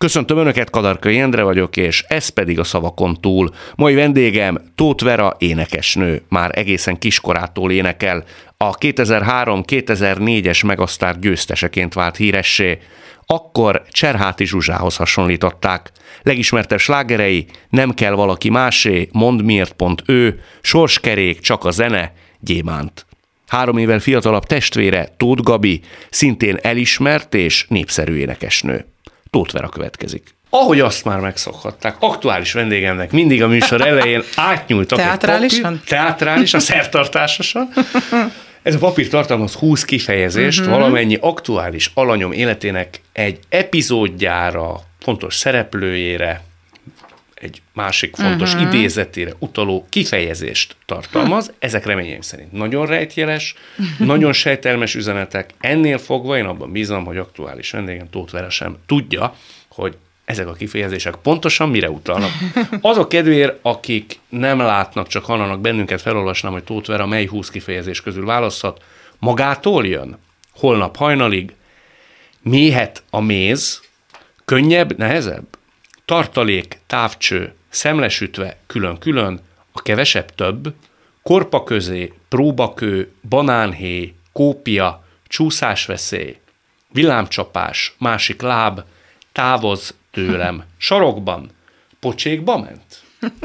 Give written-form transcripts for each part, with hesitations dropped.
Köszöntöm Önöket, Kadarkai Endre vagyok, és ez pedig a Szavakon túl. Mai vendégem Tóth Vera énekesnő, már egészen kiskorától énekel. A 2003-2004-es Megasztár győzteseként vált híressé. Akkor Cserháti Zsuzsához hasonlították. Legismertebb slágerei Nem kell valaki másé, Mondd miért pont ő, Sorskerék, Csak a zene, Gyémánt. 3 évvel fiatalabb testvére, Tóth Gabi, szintén elismert és népszerű énekesnő. Tóth Vera következik. Ahogy azt már megszokhatták, aktuális vendégemnek mindig a műsor elején átnyújtak teátrálisan, szertartásosan. Ez a papír tartalmaz 20 kifejezést, valamennyi aktuális alanyom életének egy epizódjára, fontos szereplőjére, egy másik fontos idézetére utaló kifejezést tartalmaz. Ezek reményeim szerint nagyon rejtjeles, nagyon sejtelmes üzenetek. Ennél fogva én abban bízom, hogy aktuális vendégem Tóth Vera sem tudja, hogy ezek a kifejezések pontosan mire utalnak. Azok kedvéért, akik nem látnak, csak hallanak bennünket, felolvasnám, hogy Tóth Vera mely 20 kifejezés közül választhat. Magától jön, holnap hajnalig, méhet a méz, könnyebb, nehezebb, tartalék, távcső, szemlesütve, külön-külön, a kevesebb több, korpa közé, próbakő, banánhéj, kópia, csúszásveszély, villámcsapás, másik láb, távozz tőlem, sarokban, pocsékba ment?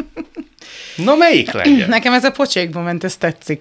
Na, melyik legyen? Nekem ez a pocsékba ment, ez tetszik.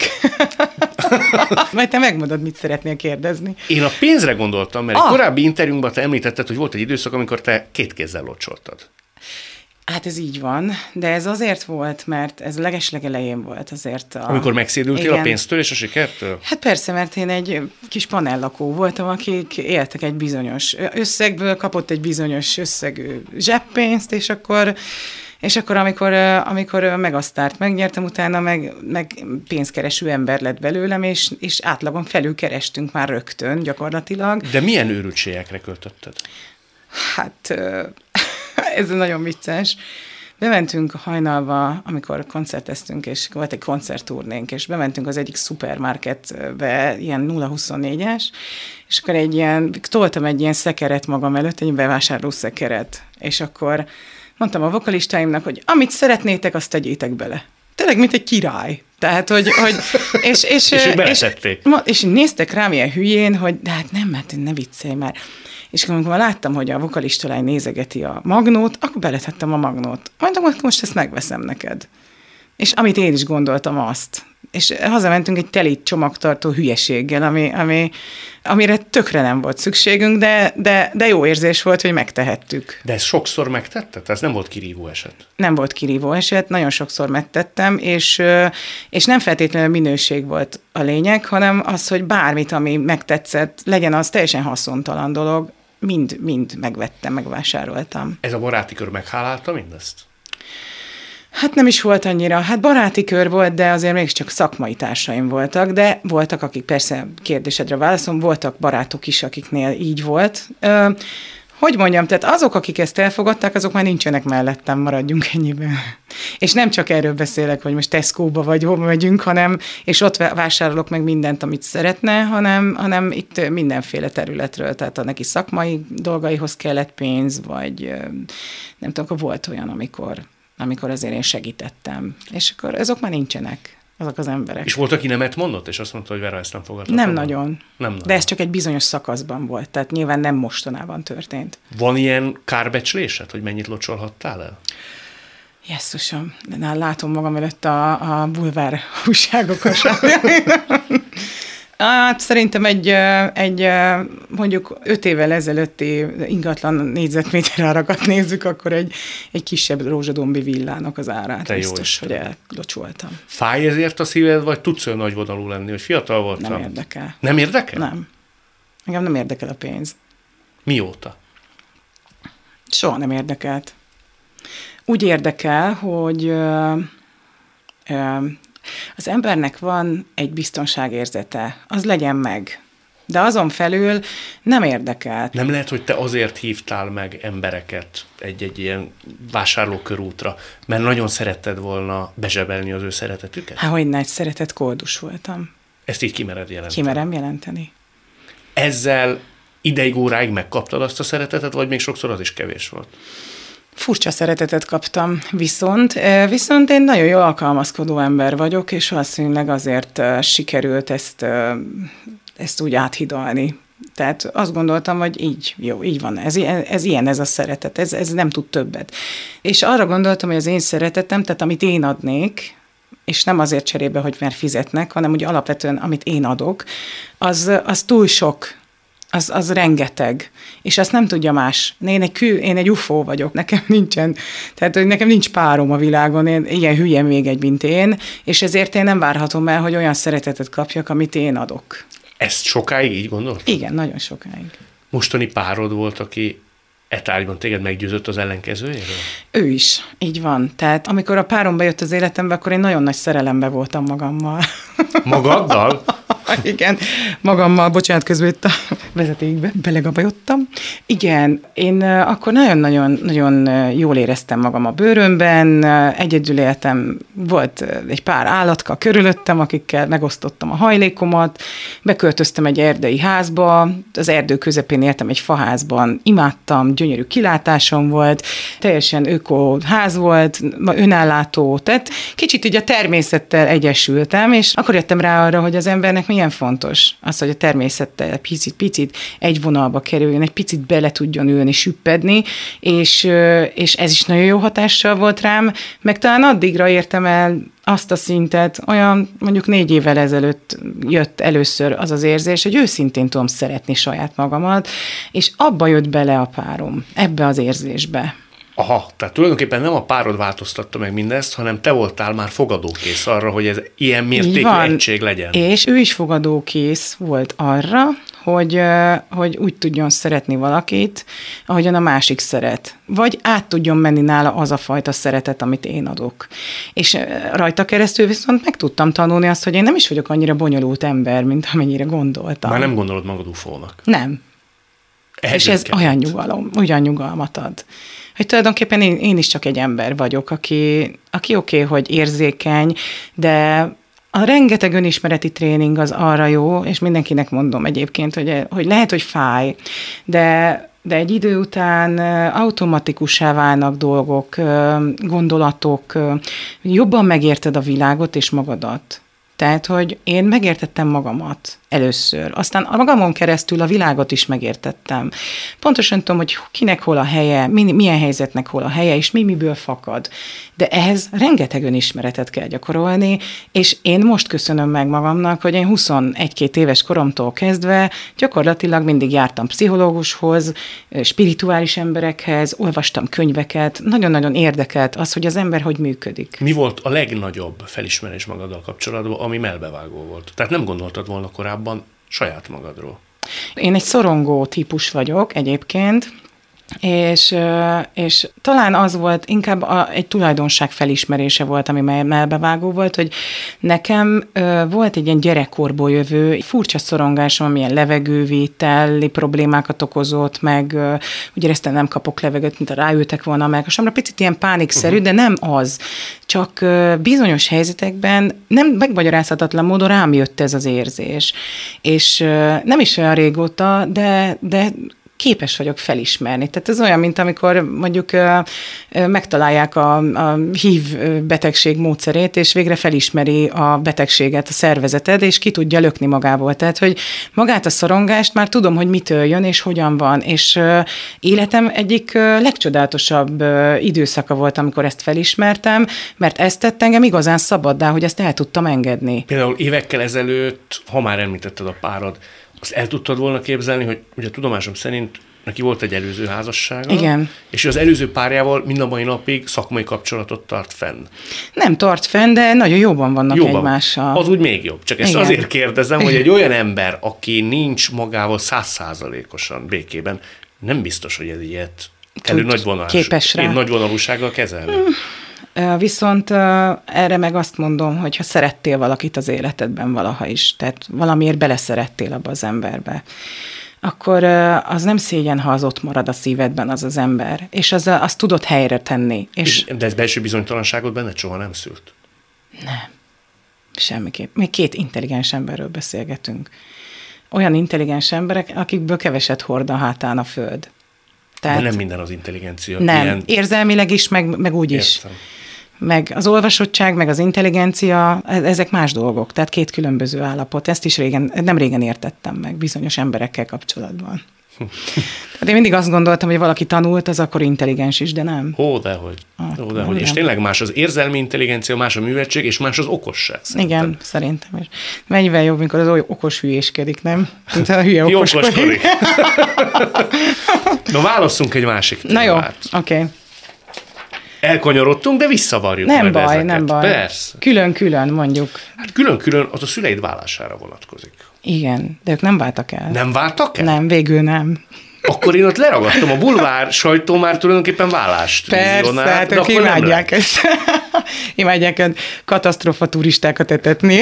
Majd te megmondod, mit szeretnél kérdezni. Én a pénzre gondoltam, mert egy korábbi interjúnkban te említetted, hogy volt egy időszak, amikor te 2 kézzel locsoltad. Hát ez így van, de ez azért volt, mert ez legeslegelején volt azért. Amikor megszédültél a pénztől és a sikertől? Hát persze, mert én egy kis panellakó voltam, akik éltek egy bizonyos összegből, kapott egy bizonyos összegű zseppénzt, és akkor amikor Megasztárt megnyertem, utána meg pénzkereső ember lett belőlem, és átlagon felül kerestünk már rögtön gyakorlatilag. De milyen őrültségekre költötted? Hát ez nagyon vicces. Bementünk hajnalva, amikor koncerteztünk, és volt egy koncertturnénk, és bementünk az egyik szupermarketbe, ilyen 0-24-es, és akkor toltam egy ilyen szekeret magam előtt, egy bevásárló szekeret, és akkor mondtam a vokalistáimnak, hogy amit szeretnétek, azt tegyétek bele. Tényleg, mint egy király. Tehát, és néztek rám ilyen hülyén, hogy de hát nem, mert ne viccelj már. És amikor láttam, hogy a vokalista lány nézegeti a magnót, akkor beletettem a magnót. Mondtam, hogy most ezt megveszem neked. És amit én is gondoltam, azt. És hazamentünk egy teli csomagtartó hülyeséggel, amire tökre nem volt szükségünk, de jó érzés volt, hogy megtehettük. De ezt sokszor megtetted? Ez nem volt kirívó eset? Nem volt kirívó eset, nagyon sokszor megtettem, és nem feltétlenül minőség volt a lényeg, hanem az, hogy bármit, ami megtetszett, legyen az teljesen haszontalan dolog, mind megvettem, megvásároltam. Ez a baráti kör meghálálta mindezt? Hát nem is volt annyira, baráti kör volt, de azért mégiscsak szakmai társaim voltak, de voltak, akik persze kérdésedre válaszolom, voltak barátok is, akiknél így volt. Hogy mondjam, tehát azok, akik ezt elfogadták, azok már nincsenek mellettem, maradjunk ennyiben. És nem csak erről beszélek, hogy most Tesco-ba vagy hova megyünk, és ott vásárolok meg mindent, amit szeretne, hanem itt mindenféle területről, tehát a neki szakmai dolgaihoz kellett pénz, vagy nem tudom, akkor volt olyan, amikor azért én segítettem. És akkor azok már nincsenek, azok az emberek. És volt, aki nemet mondott, és azt mondta, hogy Vera ezt nem fogadta? Nem nagyon. De ez csak egy bizonyos szakaszban volt, tehát nyilván nem mostanában történt. Van ilyen kárbecslésed, hogy mennyit locsolhattál el? Jesszusom, de látom magam előtt a bulvár újságokat. Hát szerintem egy mondjuk 5 évvel ezelőtti ingatlan négyzetméter árakat nézzük, akkor egy kisebb rózsadombi villának az árát. Te biztos, hogy ellocsoltam. Fáj ezért a szíved, vagy tudsz olyan nagyvonalú lenni, hogy fiatal voltam? Nem érdekel. Nem érdekel? Nem. Engem nem érdekel a pénz. Mióta? Soha nem érdekelt. Úgy érdekel, hogy az embernek van egy biztonságérzete, az legyen meg. De azon felül nem érdekelt. Nem lehet, hogy te azért hívtál meg embereket egy ilyen vásárlókörútra, mert nagyon szeretted volna bezsebelni az ő szeretetüket? Hogyne, egy szeretett koldus voltam. Ezt így kimered jelenteni? Kimerem jelenteni. Ezzel ideig, óráig megkaptad azt a szeretetet, vagy még sokszor az is kevés volt? Furcsa szeretetet kaptam, viszont én nagyon jól alkalmazkodó ember vagyok, és valószínűleg azért sikerült ezt úgy áthidalni. Tehát azt gondoltam, hogy így van, ez ilyen, ez a szeretet, ez nem tud többet. És arra gondoltam, hogy az én szeretetem, tehát amit én adnék, és nem azért cserébe, hogy mert fizetnek, hanem úgy alapvetően, amit én adok, az túl sok, az rengeteg, és azt nem tudja más. Én egy UFO vagyok, nekem nincsen, tehát hogy nekem nincs párom a világon, ilyen hülye még egy, mint én, és ezért én nem várhatom el, hogy olyan szeretetet kapjak, amit én adok. Ezt sokáig így gondoltad? Igen, nagyon sokáig. Mostani párod volt, aki tárgyban téged meggyőzött az ellenkezőjéről? Ő is, így van. Tehát amikor a párom bejött az életembe, akkor én nagyon nagy szerelembe voltam magammal. Magaddal? Igen, magammal, bocsánat, közben itt a vezetékbe belegabajodtam. Igen, én akkor nagyon-nagyon jól éreztem magam a bőrömben, egyedül éltem, volt egy pár állatka körülöttem, akikkel megosztottam a hajlékomat, beköltöztem egy erdei házba, az erdő közepén éltem egy faházban, imádtam, gyönyörű kilátásom volt, teljesen öko ház volt, önállátó, tehát kicsit így a természettel egyesültem, és akkor jöttem rá arra, hogy az embernek milyen fontos az, hogy a természettel picit egy vonalba kerüljön, egy picit bele tudjon ülni, süppedni, és ez is nagyon jó hatással volt rám, meg talán addigra értem el azt a szintet, olyan mondjuk 4 évvel ezelőtt jött először az az érzés, hogy őszintén tudom szeretni saját magamat, és abba jött bele a párom, ebbe az érzésbe. Aha, tehát tulajdonképpen nem a párod változtatta meg mindezt, hanem te voltál már fogadókész arra, hogy ez ilyen mértékű egység legyen. És ő is fogadókész volt arra, hogy úgy tudjon szeretni valakit, ahogyan a másik szeret. Vagy át tudjon menni nála az a fajta szeretet, amit én adok. És rajta keresztül viszont meg tudtam tanulni azt, hogy én nem is vagyok annyira bonyolult ember, mint amennyire gondoltam. Már nem gondolod magad ufónak. Nem. És ez olyan nyugalmat ad. Hogy tulajdonképpen én is csak egy ember vagyok, aki oké, hogy érzékeny, de a rengeteg önismereti tréning az arra jó, és mindenkinek mondom egyébként, hogy lehet, hogy fáj, de egy idő után automatikussá válnak dolgok, gondolatok, jobban megérted a világot és magadat. Tehát, hogy én megértettem magamat először, aztán a magamon keresztül a világot is megértettem. Pontosan tudom, hogy kinek hol a helye, milyen helyzetnek hol a helye, és miből fakad. De ehhez rengeteg önismeretet kell gyakorolni, és én most köszönöm meg magamnak, hogy én 21-22 éves koromtól kezdve gyakorlatilag mindig jártam pszichológushoz, spirituális emberekhez, olvastam könyveket, nagyon-nagyon érdekelt az, hogy az ember hogy működik. Mi volt a legnagyobb felismerés magaddal kapcsolatban, ami mellbevágó volt? Tehát nem gondoltad volna korábban saját magadról? Én egy szorongó típus vagyok egyébként, és talán az volt, inkább egy tulajdonság felismerése volt, ami mellbevágó volt, hogy nekem volt egy ilyen gyerekkorból jövő furcsa szorongásom, amilyen levegővételi problémákat okozott, meg úgy éreztem, nem kapok levegőt, mint a ráültek volna a melkasamra, picit ilyen pánikszerű, de nem az. Csak bizonyos helyzetekben nem megmagyarázhatatlan módon rám jött ez az érzés. És nem is olyan régóta, de képes vagyok felismerni. Tehát ez olyan, mint amikor mondjuk megtalálják a HIV betegség módszerét, és végre felismeri a betegséget a szervezeted, és ki tudja lökni magából. Tehát, hogy magát a szorongást már tudom, hogy mitől jön, és hogyan van. És életem egyik legcsodálatosabb időszaka volt, amikor ezt felismertem, mert ezt tett engem igazán szabaddá, hogy ezt el tudtam engedni. Például évekkel ezelőtt, ha már említetted a párod, azt el tudtad volna képzelni, hogy ugye tudomásom szerint neki volt egy előző házassága, igen, és az előző párjával mind a mai napig szakmai kapcsolatot tart fenn. Nem tart fenn, de nagyon jóban vannak egymással. Az úgy még jobb. Csak ezt azért kérdezem, hogy egy olyan ember, aki nincs magával 100%-osan békében, nem biztos, hogy ez ilyet nagyvonalúsággal kezelni. Viszont erre meg azt mondom, hogy ha szerettél valakit az életedben valaha is, tehát valamiért beleszerettél abba az emberbe, akkor az nem szégyen, ha az ott marad a szívedben az az ember, és azt tudod helyre tenni. De ez belső bizonytalanságot benned soha nem szült? Nem. Semmiképp. Még 2 intelligens emberről beszélgetünk. olyan intelligens emberek, akikből keveset hord a hátán a föld. Tehát, de nem minden az intelligencia. Nem, ilyen... érzelmileg is, meg úgy is. Értem. Meg az olvasottság, meg az intelligencia, ezek más dolgok, tehát két különböző állapot. Ezt is nem régen értettem meg bizonyos emberekkel kapcsolatban. Hát én mindig azt gondoltam, hogy valaki tanult, az akkor intelligens is, de nem. Dehogy. És tényleg más az érzelmi intelligencia, más a műveltség, és más az okosság. Szerintem. Igen, szerintem is. Mennyivel jobb, amikor az okos hülyéskedik, nem? Mint a hülye okoskodik. No, válasszunk egy másik témát. Na jó, oké. Elkanyarodtunk, de visszavarjuk nem majd baj, ezeket. Nem baj, Persze. Külön-külön mondjuk. Hát külön-külön az a szüleid válására vonatkozik. Igen, de ők nem váltak el. Nem váltak el? Nem, végül nem. Akkor én ott leragadtam. A bulvár sajtó már tulajdonképpen vállást vizionált. Persze, hát ők imádják ezt. Imádják katasztrófa turistákat etetni.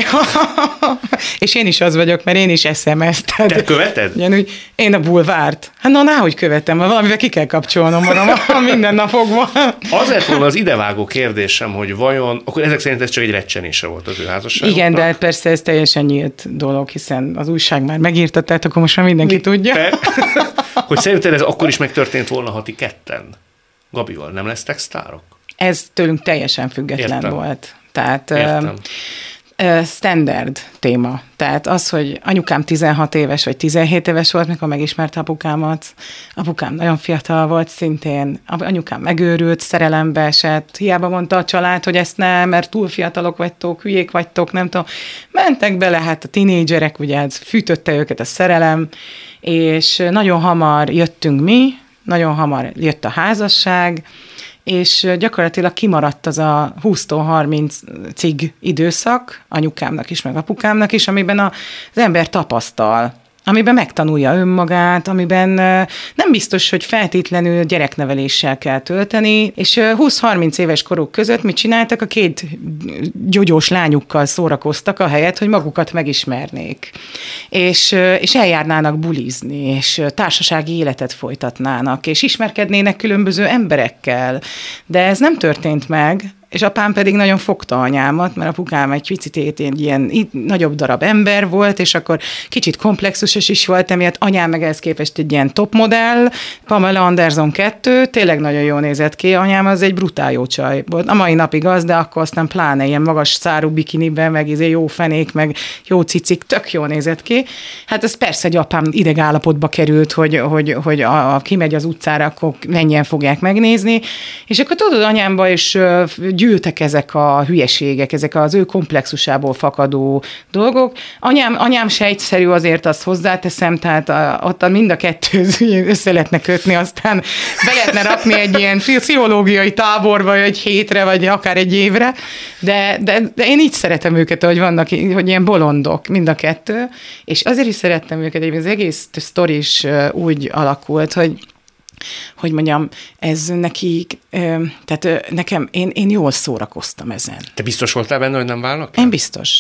És én is az vagyok, mert én is eszem ezt. Te követed? Ugyanúgy, én a bulvárt. Hát náhogy követem, mert valamivel ki kell kapcsolnom magam a mindennapokban. Az lett volna az idevágó kérdésem, hogy vajon, akkor ezek szerint ez csak egy recsenése volt az ő házasságoknak? Igen, de persze ez teljesen nyílt dolog, hiszen az újság már megírta, tehát akkor most már mindenki tudja. Hogy szerinted ez akkor is megtörtént volna, ha ti ketten Gabival nem lesztek sztárok? Ez tőlünk teljesen független volt. Tehát standard téma. Tehát az, hogy anyukám 16 éves vagy 17 éves volt, mikor megismerte apukámat. Apukám nagyon fiatal volt szintén. Anyukám megőrült, szerelembe esett. Hiába mondta a család, hogy ezt nem, mert túl fiatalok vagytok, hülyék vagytok, nem tudom. Mentek bele, hát a tinédzserek, ugye ez fűtötte őket a szerelem, és nagyon hamar jöttünk mi, nagyon hamar jött a házasság, és gyakorlatilag kimaradt az a 20-30 időszak, anyukámnak is, meg apukámnak is, amiben az ember tapasztal, amiben megtanulja önmagát, amiben nem biztos, hogy feltétlenül gyerekneveléssel kell tölteni, és 20-30 éves koruk között mit csináltak? A két gyogyós lányukkal szórakoztak ahelyett, hogy magukat megismernék. És eljárnának bulizni, és társasági életet folytatnának, és ismerkednének különböző emberekkel. De ez nem történt meg, és apám pedig nagyon fogta anyámat, mert apukám egy picit ilyen nagyobb darab ember volt, és akkor kicsit komplexusos is volt, emiatt anyám meg ehhez képest egy ilyen topmodell, Pamela Anderson 2, tényleg nagyon jól nézett ki, anyám az egy brutál jó csaj volt. A mai napig az, de akkor aztán pláne ilyen magas szárú bikiniben, meg jó fenék, meg jó cicik, tök jól nézett ki. Hát ez persze, hogy apám idegállapotba került, hogy kimegy az utcára, akkor mennyien fogják megnézni, és akkor tudod, anyámba is gyűltek ezek a hülyeségek, ezek az ő komplexusából fakadó dolgok. Anyám se egyszerű, azért azt hozzáteszem, tehát ott mind a kettő össze lehetne kötni, aztán be lehetne rakni egy ilyen pszichológiai táborba, vagy egy hétre, vagy akár egy évre, de én így szeretem őket, hogy vannak, hogy ilyen bolondok, mind a kettő, és azért is szerettem őket, hogy az egész sztori is úgy alakult, hogy mondjam, ez neki, tehát nekem, én jól szórakoztam ezen. Te biztos voltál benne, hogy nem válnak? Én biztos.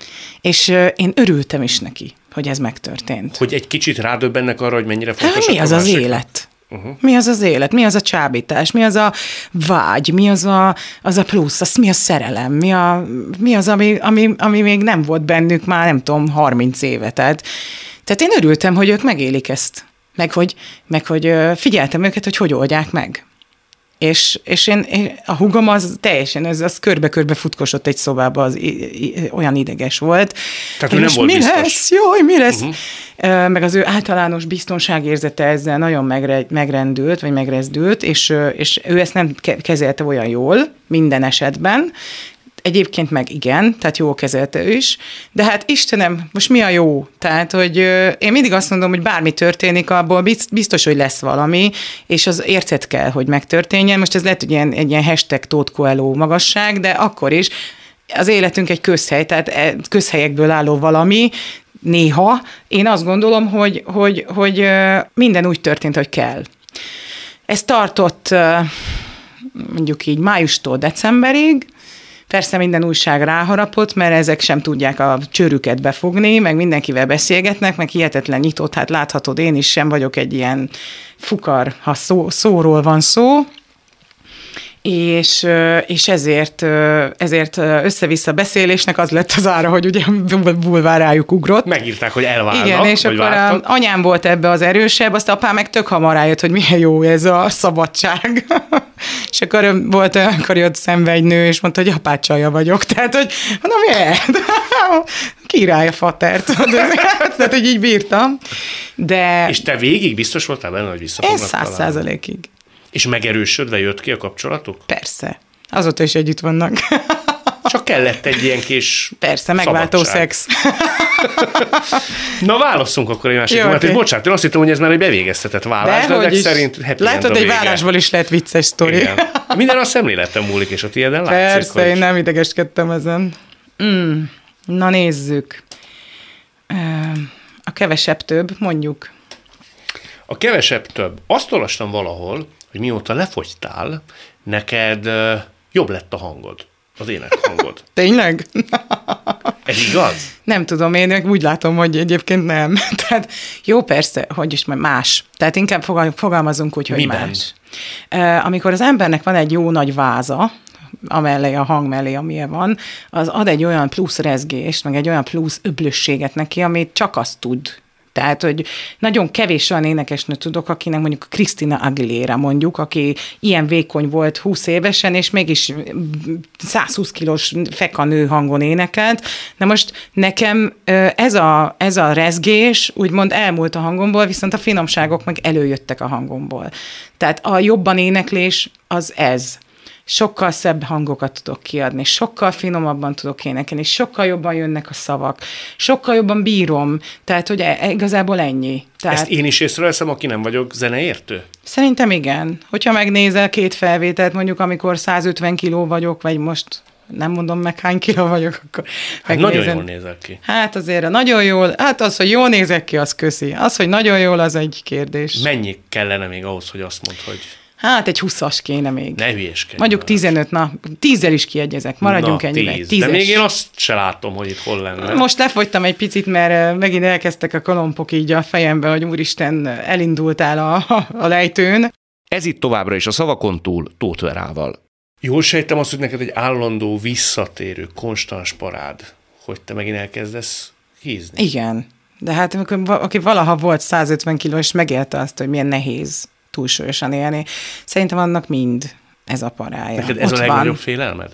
És én örültem is neki, hogy ez megtörtént. Hogy egy kicsit rádöbbennek arra, hogy mennyire fontos mi az élet? Mi az az élet? Mi az a csábítás? Mi az a vágy? Mi az a plusz? Mi a szerelem? Mi az, ami még nem volt bennük már, nem tudom, 30 éve. Tehát én örültem, hogy ők megélik ezt. Meg hogy figyeltem őket, hogy oldják meg. És én a húgom az teljesen, az körbe-körbe futkosott egy szobába, az olyan ideges volt. Tehát nem volt biztos. Lesz? Jaj, mi lesz? Meg az ő általános biztonságérzete ezzel nagyon megrendült, vagy megrezdült, és ő ezt nem kezelte olyan jól minden esetben. Egyébként meg igen, tehát jól kezelte ő is, de hát Istenem, most mi a jó? Tehát, hogy én mindig azt mondom, hogy bármi történik, abból biztos, hogy lesz valami, és az érted kell, hogy megtörténjen. Most ez lehet, hogy egy ilyen hashtag Tóth Coelho magasság, de akkor is az életünk egy közhely, tehát közhelyekből álló valami, néha én azt gondolom, hogy minden úgy történt, hogy kell. Ez tartott mondjuk így májustól decemberig. Persze minden újság ráharapott, mert ezek sem tudják a csőrüket befogni, meg mindenkivel beszélgetnek, meg hihetetlen nyitott, hát láthatod, én is sem vagyok egy ilyen fukar, ha szóról van szó. és ezért össze-vissza beszélésnek az lett az ára, hogy ugye bulvár rájuk ugrott. Megírták, hogy elválnak, igen, és akkor anyám volt ebbe az erősebb, azt apám meg tök hamar rájött, hogy milyen jó ez a szabadság. És akkor volt olyankor jött szembe egy nő, és mondta, hogy apácsalja vagyok. Tehát, hogy mondom, király a fatert. Tehát, hogy így bírtam. De... És te végig biztos voltál benne, hogy vissza fognak találni? 100%-ig. És megerősödve jött ki a kapcsolatuk? Persze. Azóta is együtt vannak. Csak kellett egy ilyen kis persze, megváltó szex. Na, válasszunk akkor egy másik témát. Okay. Bocsánat, én azt hittem, hogy ez már egy bevégeztetett vállás, de ezek szerint happy látod, egy vállásból is lehet vicces sztori. Igen. Minden a szemléletem múlik, és a tiéden látszik. Persze, én nem idegeskedtem ezen. Na, nézzük. A kevesebb több, mondjuk. A kevesebb több. Azt olvastam valahol, hogy mióta lefogytál, neked jobb lett a hangod, az énekhangod. Tényleg? Ez igaz? Nem tudom, én úgy látom, hogy egyébként nem. Tehát jó, persze, hogy is más. Tehát inkább fogalmazunk úgy, hogy miben? Más. Amikor az embernek van egy jó nagy váza, amellé, a hang mellé, amilyen van, az ad egy olyan plusz rezgést, meg egy olyan plusz öblösséget neki, amit csak azt tud. Tehát, hogy nagyon kevés olyan énekesnő tudok, akinek mondjuk Christina Aguilera mondjuk, aki ilyen vékony volt 20 évesen, és mégis 120 kilós fekanő hangon énekelt. Na most nekem ez a rezgés úgymond elmúlt a hangomból, viszont a finomságok meg előjöttek a hangomból. Tehát a jobban éneklés az ez. Sokkal szebb hangokat tudok kiadni, sokkal finomabban tudok énekelni, sokkal jobban jönnek a szavak, sokkal jobban bírom, tehát, hogy igazából ennyi. Tehát... Ezt én is észreveszem, aki nem vagyok zeneértő? Szerintem igen. Hogyha megnézel 2 felvételt, mondjuk amikor 150 kiló vagyok, vagy most nem mondom meg hány kiló vagyok, akkor hát nagyon jól nézek ki. Hát azért nagyon jól, hát az, hogy jól nézek ki, az köszi. Az, hogy nagyon jól, az egy kérdés. Mennyi kellene még ahhoz, hogy azt mondd, hogy... Hát egy 20-as kéne még. Ne hülyéskedj. Mondjuk 15, na 10-el is kiegyezek, maradjunk ennyivel. 10. De még én azt se látom, hogy itt hol lenne. Most lefogytam egy picit, mert megint elkezdtek a kalompok így a fejembe, hogy úristen, elindultál a lejtőn. Ez itt továbbra is a szavakon túl Tóth Verával. Jól sejtem azt, hogy neked egy állandó, visszatérő, konstans parád, hogy te megint elkezdesz hízni. Igen, de hát aki valaha volt 150 kiló, és megélte azt, hogy milyen nehéz túlsúlyosan élni. Szerintem annak mind ez a parája. Neked ez ott a legnagyobb félelmed?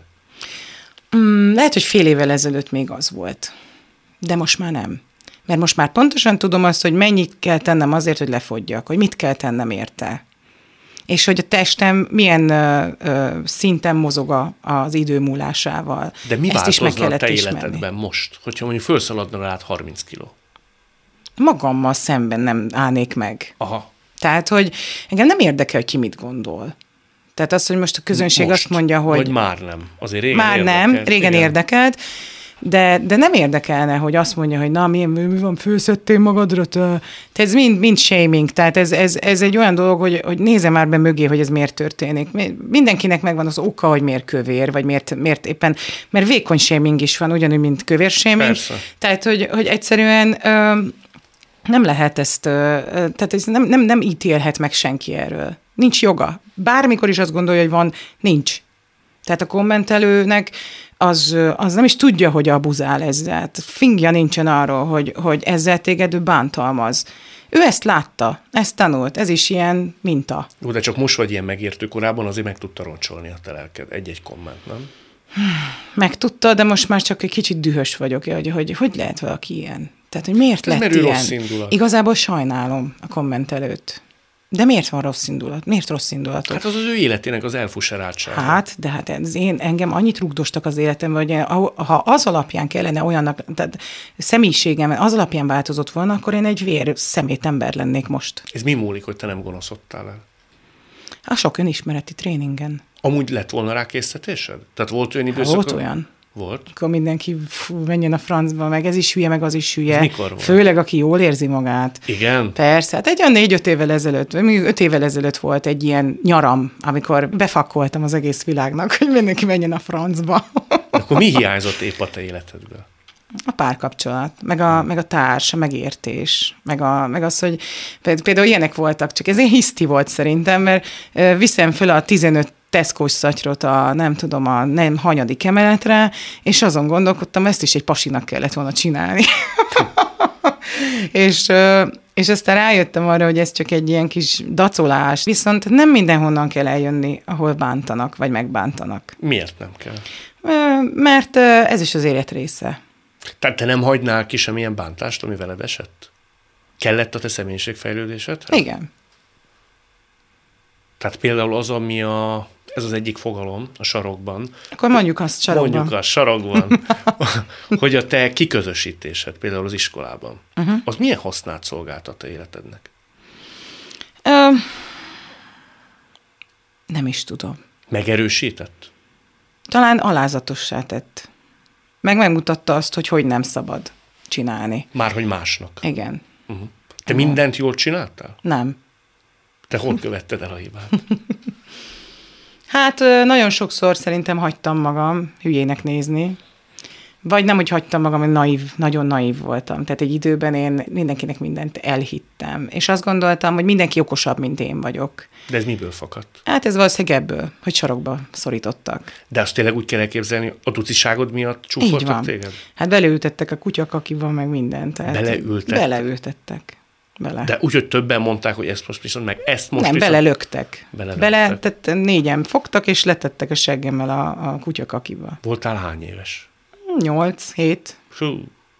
Lehet, hogy fél évvel ezelőtt még az volt. De most már nem. Mert most már pontosan tudom azt, hogy mennyit kell tennem azért, hogy lefogyjak, hogy mit kell tennem érte. És hogy a testem milyen szinten mozog az idő múlásával. De mi változna a te életedben most, hogyha mondjuk felszaladna rád 30 kiló? Magammal szemben nem állnék meg. Aha. Tehát, hogy engem nem érdekel, hogy ki mit gondol. Tehát az, hogy most a közönség most, azt mondja, hogy... Vagy már nem. Azért régen már érdekelt. Nem, régen igen. Érdekelt, de nem érdekelne, hogy azt mondja, hogy na, mi van, főszedtél magadra? Tehát ez mind shaming. Tehát ez egy olyan dolog, hogy nézze már be mögé, hogy ez miért történik. Mindenkinek megvan az oka, hogy miért kövér, vagy miért éppen... Mert vékony shaming is van, ugyanúgy, mint kövér shaming. Persze. Tehát, hogy egyszerűen... Nem lehet ezt, tehát ez nem ítélhet meg senki erről. Nincs joga. Bármikor is azt gondolja, hogy van, nincs. Tehát a kommentelőnek az nem is tudja, hogy abuzál ezzel. Fingja nincsen arról, hogy ezzel téged ő bántalmaz. Ő ezt látta, ezt tanult, ez is ilyen minta. Jó, de csak most vagy ilyen megértő korában, azért meg tudta roncsolni a te lelked. Egy-egy komment, nem? Megtudta, de most már csak egy kicsit dühös vagyok, hogy lehet valaki ilyen. Tehát, hogy miért lett ilyen? Rossz indulat. Igazából sajnálom a kommentelőt. De miért van rossz indulat? Miért rossz indulatot? Hát az ő életének az elfuseráltsága. Hát, de hát engem annyit rúgdostak az életemben, hogy ha az alapján kellene olyannak, tehát személyiségem az alapján változott volna, akkor én egy vér szemét ember lennék most. Ez mi múlik, hogy te nem gonoszodtál el? A sok önismereti tréningen. Amúgy lett volna rá késztetésed? Tehát volt olyan időszak? Volt olyan. Volt? Akkor mindenki menjen a francba, meg ez is hülye, meg az is hülye. Ez mikor volt? Főleg, aki jól érzi magát. Igen? Persze, hát egy olyan 4-5 évvel ezelőtt, vagy 5 évvel ezelőtt volt egy ilyen nyaram, amikor befakkoltam az egész világnak, hogy mindenki menjen a francba. Akkor mi hiányzott épp a te életedből? A párkapcsolat, meg a társ, a megértés, meg az, hogy például ilyenek voltak, csak ez ilyen hiszti volt szerintem, mert viszem föl a 15 Tesco-s szatyrot a nem hanyadik emeletre, és azon gondolkodtam, ezt is egy pasinak kellett volna csinálni. És aztán rájöttem arra, hogy ez csak egy ilyen kis dacolás, viszont nem mindenhonnan kell eljönni, ahol bántanak, vagy megbántanak. Miért nem kell? Mert ez is az élet része. Tehát te nem hagynál ki semmilyen bántást, ami veled esett? Kellett a te személyiségfejlődésedhez? Igen. Tehát például az, ami ez az egyik fogalom a sarokban. Akkor mondjuk azt sarokban. Mondjuk azt sarokban, hogy a te kiközösítésed például az iskolában, az milyen hasznát szolgált a te életednek? Nem is tudom. Megerősített? Talán alázatossá tett. Megmutatta azt, hogy nem szabad csinálni. Márhogy másnak. Igen. Te mindent jól csináltál? Nem. Te hol követted el a hibát? Hát nagyon sokszor szerintem hagytam magam hülyének nézni, vagy nem, hogy hagytam magam, hogy nagyon naív voltam. Tehát egy időben én mindenkinek mindent elhittem, és azt gondoltam, hogy mindenki okosabb, mint én vagyok. De ez miből fakadt? Hát ez valószínűleg ebből, hogy sarokba szorítottak. De azt tényleg úgy kell elképzelni, a duciságod miatt csúfoltak téged? Hát beleültettek a kutyakakival, meg mindent. Beleültettek. Bele. De úgy, hogy többen mondták, hogy ezt most viszont, meg ezt most nem, viszont... belelöktek. Tehát 4-en fogtak, és letettek a seggemmel a kutyakakiba. Voltál hány éves? 8-7. Hú.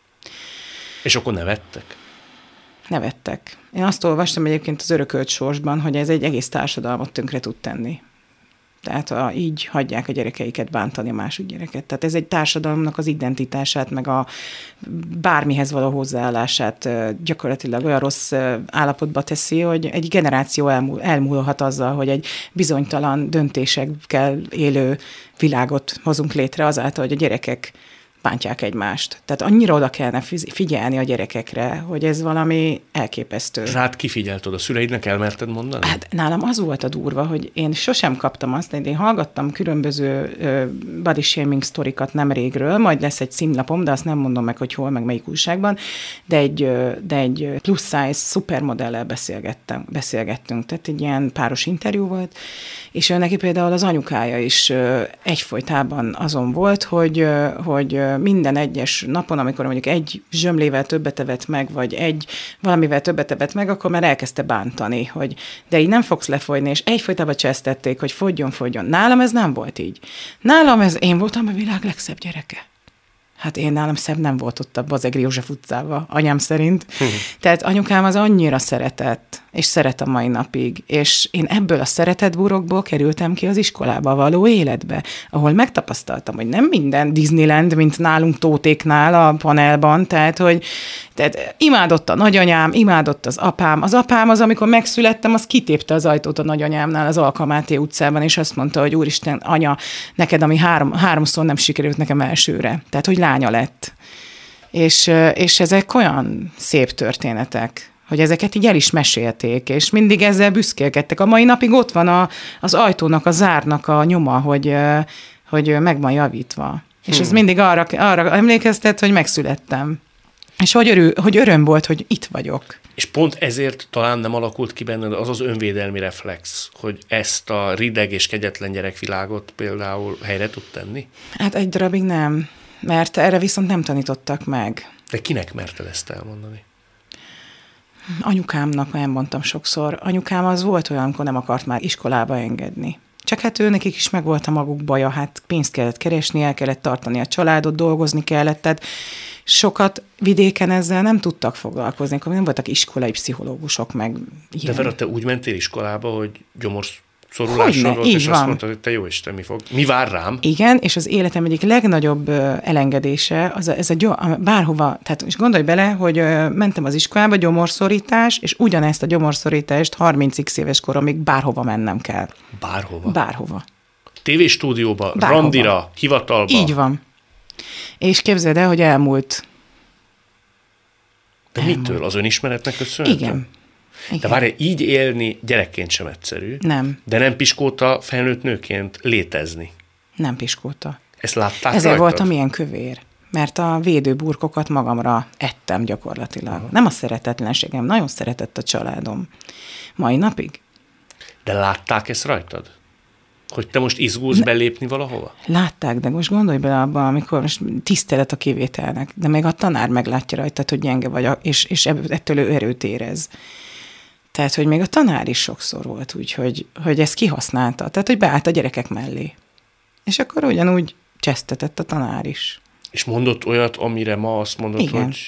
És akkor nevettek? Nevettek. Én azt olvastam egyébként az Örökölt sorsban, hogy ez egy egész társadalmat tönkre tud tenni. Tehát így hagyják a gyerekeiket bántani a másik gyereket. Tehát ez egy társadalomnak az identitását, meg a bármihez való hozzáállását gyakorlatilag olyan rossz állapotba teszi, hogy egy generáció elmúlhat azzal, hogy egy bizonytalan döntésekkel élő világot hozunk létre azáltal, hogy a gyerekek bántják egymást. Tehát annyira oda kellene figyelni a gyerekekre, hogy ez valami elképesztő. Rád kifigyelt oda? Szüleidnek elmerted mondani? Hát nálam az volt a durva, hogy én sosem kaptam azt, én hallgattam különböző body shaming sztorikat nem régről, majd lesz egy címlapom, de azt nem mondom meg, hogy hol, meg melyik újságban, de egy plus size szupermodellel beszélgettünk, tehát egy ilyen páros interjú volt, és ő neki például az anyukája is egyfolytában azon volt, hogy minden egyes napon, amikor mondjuk egy zsömlével többet evett meg, vagy valamivel többet evett meg, akkor már elkezdte bántani, hogy de így nem fogsz lefogyni, és egyfolytában csesztették, hogy fogjon. Nálam ez nem volt így. Én voltam a világ legszebb gyereke. Hát nálam szebb nem volt ott a Bazegri József utcában, anyám szerint. Tehát anyukám az annyira szeretett, és szeret a mai napig, és én ebből a szeretetburokból kerültem ki az iskolába való életbe, ahol megtapasztaltam, hogy nem minden Disneyland, mint nálunk Tótéknál a panelban, tehát imádott a nagyanyám, imádott az apám. Az apám az, amikor megszülettem, az kitépte az ajtót a nagyanyámnál az Alka-Máté utcában, és azt mondta, hogy úristen, anya, neked, ami háromszor nem sikerült nekem elsőre. Tehát, hogy lánya lett. És ezek olyan szép történetek, hogy ezeket így el is mesélték, és mindig ezzel büszkélkedtek. A mai napig ott van az ajtónak, a zárnak a nyoma, hogy meg van javítva. És ez mindig arra emlékeztet, hogy megszülettem. És hogy öröm volt, hogy itt vagyok. És pont ezért talán nem alakult ki benned az az önvédelmi reflex, hogy ezt a rideg és kegyetlen gyerekvilágot például helyre tud tenni? Hát egy darabig nem, mert erre viszont nem tanítottak meg. De kinek merted ezt elmondani? Anyukámnak elmondtam sokszor. Anyukám az volt olyan, amikor nem akart már iskolába engedni. Csak hát nekik is megvolt a maguk baja, hát pénzt kellett keresni, el kellett tartani a családot, dolgozni kellett, tehát sokat vidéken ezzel nem tudtak foglalkozni, akkor nem voltak iskolai pszichológusok, meg ilyen. De Vera, te úgy mentél iskolába, hogy gyomorszorulásod volt, és azt mondtad, hogy te jó Isten, mi vár rám? Igen, és az életem egyik legnagyobb elengedése, bárhova, tehát és gondolj bele, hogy mentem az iskolába, gyomorszorítás, és ugyanezt a gyomorszorítást 30x éves koromig bárhova mennem kell. Bárhova? Bárhova. TV-stúdióba, randira, hivatalba? Így van. És képzeld el, hogy elmúlt. De mitől? Az önismeretnek köszönhető? Igen. De várj, így élni gyerekként sem egyszerű. Nem. De nem piskóta felnőtt nőként létezni. Nem piskóta. Ezt látták ezért rajtad? voltam ilyen kövér. Mert a védőburkokat magamra ettem gyakorlatilag. Aha. Nem a szeretetlenségem, nagyon szeretett a családom. Mai napig. De látták ezt rajtad? Hogy te most izgulsz belépni valahova? Látták, de most gondolj bele abba, amikor most tisztelet a kivételnek, de még a tanár meglátja rajtad, hogy gyenge vagy, és ettől ő erőt érez. Tehát, hogy még a tanár is sokszor volt úgy, hogy ezt kihasználta. Tehát, hogy beállt a gyerekek mellé. És akkor ugyanúgy csesztetett a tanár is. És mondott olyat, amire ma azt mondod, igen. hogy...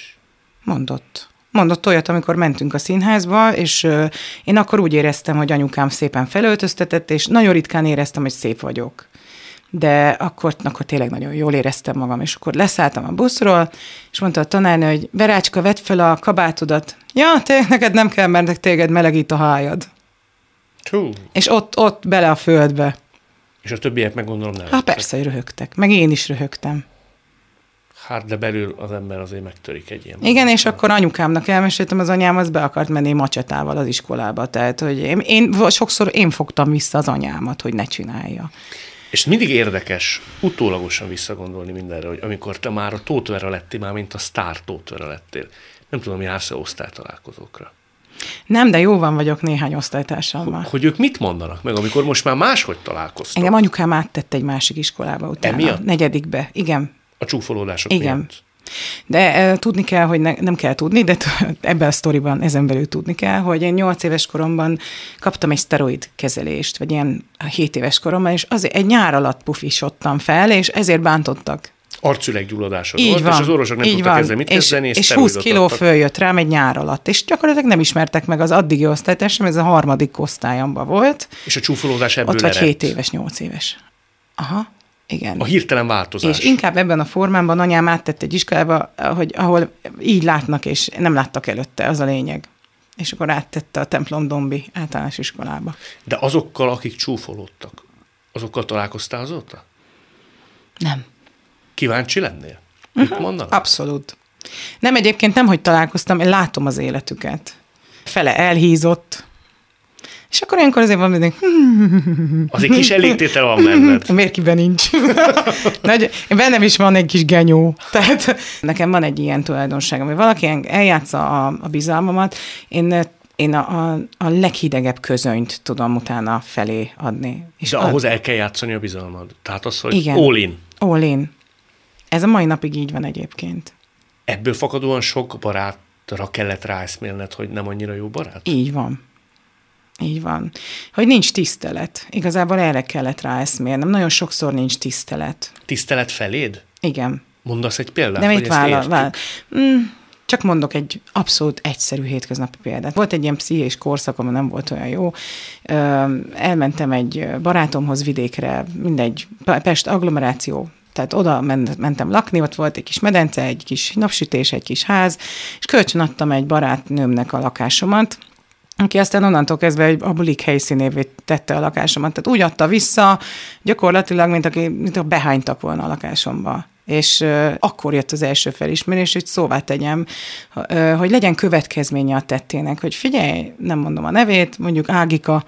Mondott olyat, amikor mentünk a színházba, és én akkor úgy éreztem, hogy anyukám szépen felöltöztetett, és nagyon ritkán éreztem, hogy szép vagyok. De akkor tényleg nagyon jól éreztem magam, és akkor leszálltam a buszról, és mondta a tanárnő, hogy Berácska, vedd fel a kabátodat. Ja, neked nem kell, mert téged melegít a hájad. Hú. És ott bele a földbe. És a többiek meg gondolom nem. Hát persze, hogy röhögtek. Meg én is röhögtem. Hát, de belül az ember azért megtörik egy ilyen. Igen, és akkor anyukámnak elmeséltem, az anyám az be akart menni macsetával az iskolába. Tehát, hogy sokszor én fogtam vissza az anyámat, hogy ne csinálja. És mindig érdekes utólagosan visszagondolni mindenre, hogy amikor te már a Tóth Vera lettél, már mint a sztár Tóth Vera lettél. Nem tudom, jársz-e osztálytalálkozókra. Nem, de jóban vagyok néhány osztálytársammal. Hogy ők mit mondanak meg, amikor most már máshogy találkoztak? Engem anyukám áttette egy másik iskolába utána. Emiatt? 4. Igen. A csúfolódások Igen. miatt. De tudni kell, hogy nem kell tudni, de ebben a sztoriban ezen belül tudni kell, hogy én 8 éves koromban kaptam egy szteroid kezelést, vagy ilyen 7 éves koromban, és azért egy nyár alatt pufisodtam fel, és ezért bántottak. Arcüreggyulladásod volt, és az orvosok nem tudtak ezzel mit kezdeni, és 20 kiló följött rám egy nyár alatt, és gyakorlatilag nem ismertek meg az addigi osztálytársam, ez a 3. osztályomban volt. És a csúfolódás ebből ott vagy eredt. 7 éves, 8 éves. Aha. Igen. A hirtelen változás. És inkább ebben a formában anyám áttett egy iskolába, ahol így látnak, és nem láttak előtte, az a lényeg. És akkor áttette a Templom-Dombi általános iskolába. De azokkal, akik csúfolódtak, azokkal találkoztál azóta? Nem. Kíváncsi lennél? Mit mondanak? Abszolút. Nem, egyébként nem, hogy találkoztam, én látom az életüket. Fele elhízott, és akkor olyankor azért van mindig... Azért kis elégtétel van benned. Miért kiben nincs? Bennem is van egy kis genyó. Tehát nekem van egy ilyen tulajdonságom, hogy valaki eljátsza a bizalmamat, én a leghidegebb közönyt tudom utána felé adni. És de ahhoz el kell játszani a bizalmad. Tehát az, hogy igen, all in. All in. Ez a mai napig így van egyébként. Ebből fakadóan sok barátra kellett ráeszmélned, hogy nem annyira jó barát? Így van. Így van. Hogy nincs tisztelet. Igazából erre kellett ráeszmélnem. Nagyon sokszor nincs tisztelet. Tisztelet feléd? Igen. Mondasz egy példát, de hogy ezt értjük? Csak mondok egy abszolút egyszerű hétköznapi példát. Volt egy ilyen pszichés korszak, ami nem volt olyan jó. Elmentem egy barátomhoz vidékre, mindegy, Pest agglomeráció, tehát oda mentem lakni, ott volt egy kis medence, egy kis napsütés, egy kis ház, és kölcsönadtam egy barátnőmnek a lakásomat, aki aztán onnantól kezdve a bulik helyszínévé tette a lakásomat. Tehát úgy adta vissza, gyakorlatilag, mint behánytak volna a lakásomba. És akkor jött az első felismerés, hogy szóvá tegyem, hogy legyen következménye a tettének, hogy figyelj, nem mondom a nevét, mondjuk Ágika,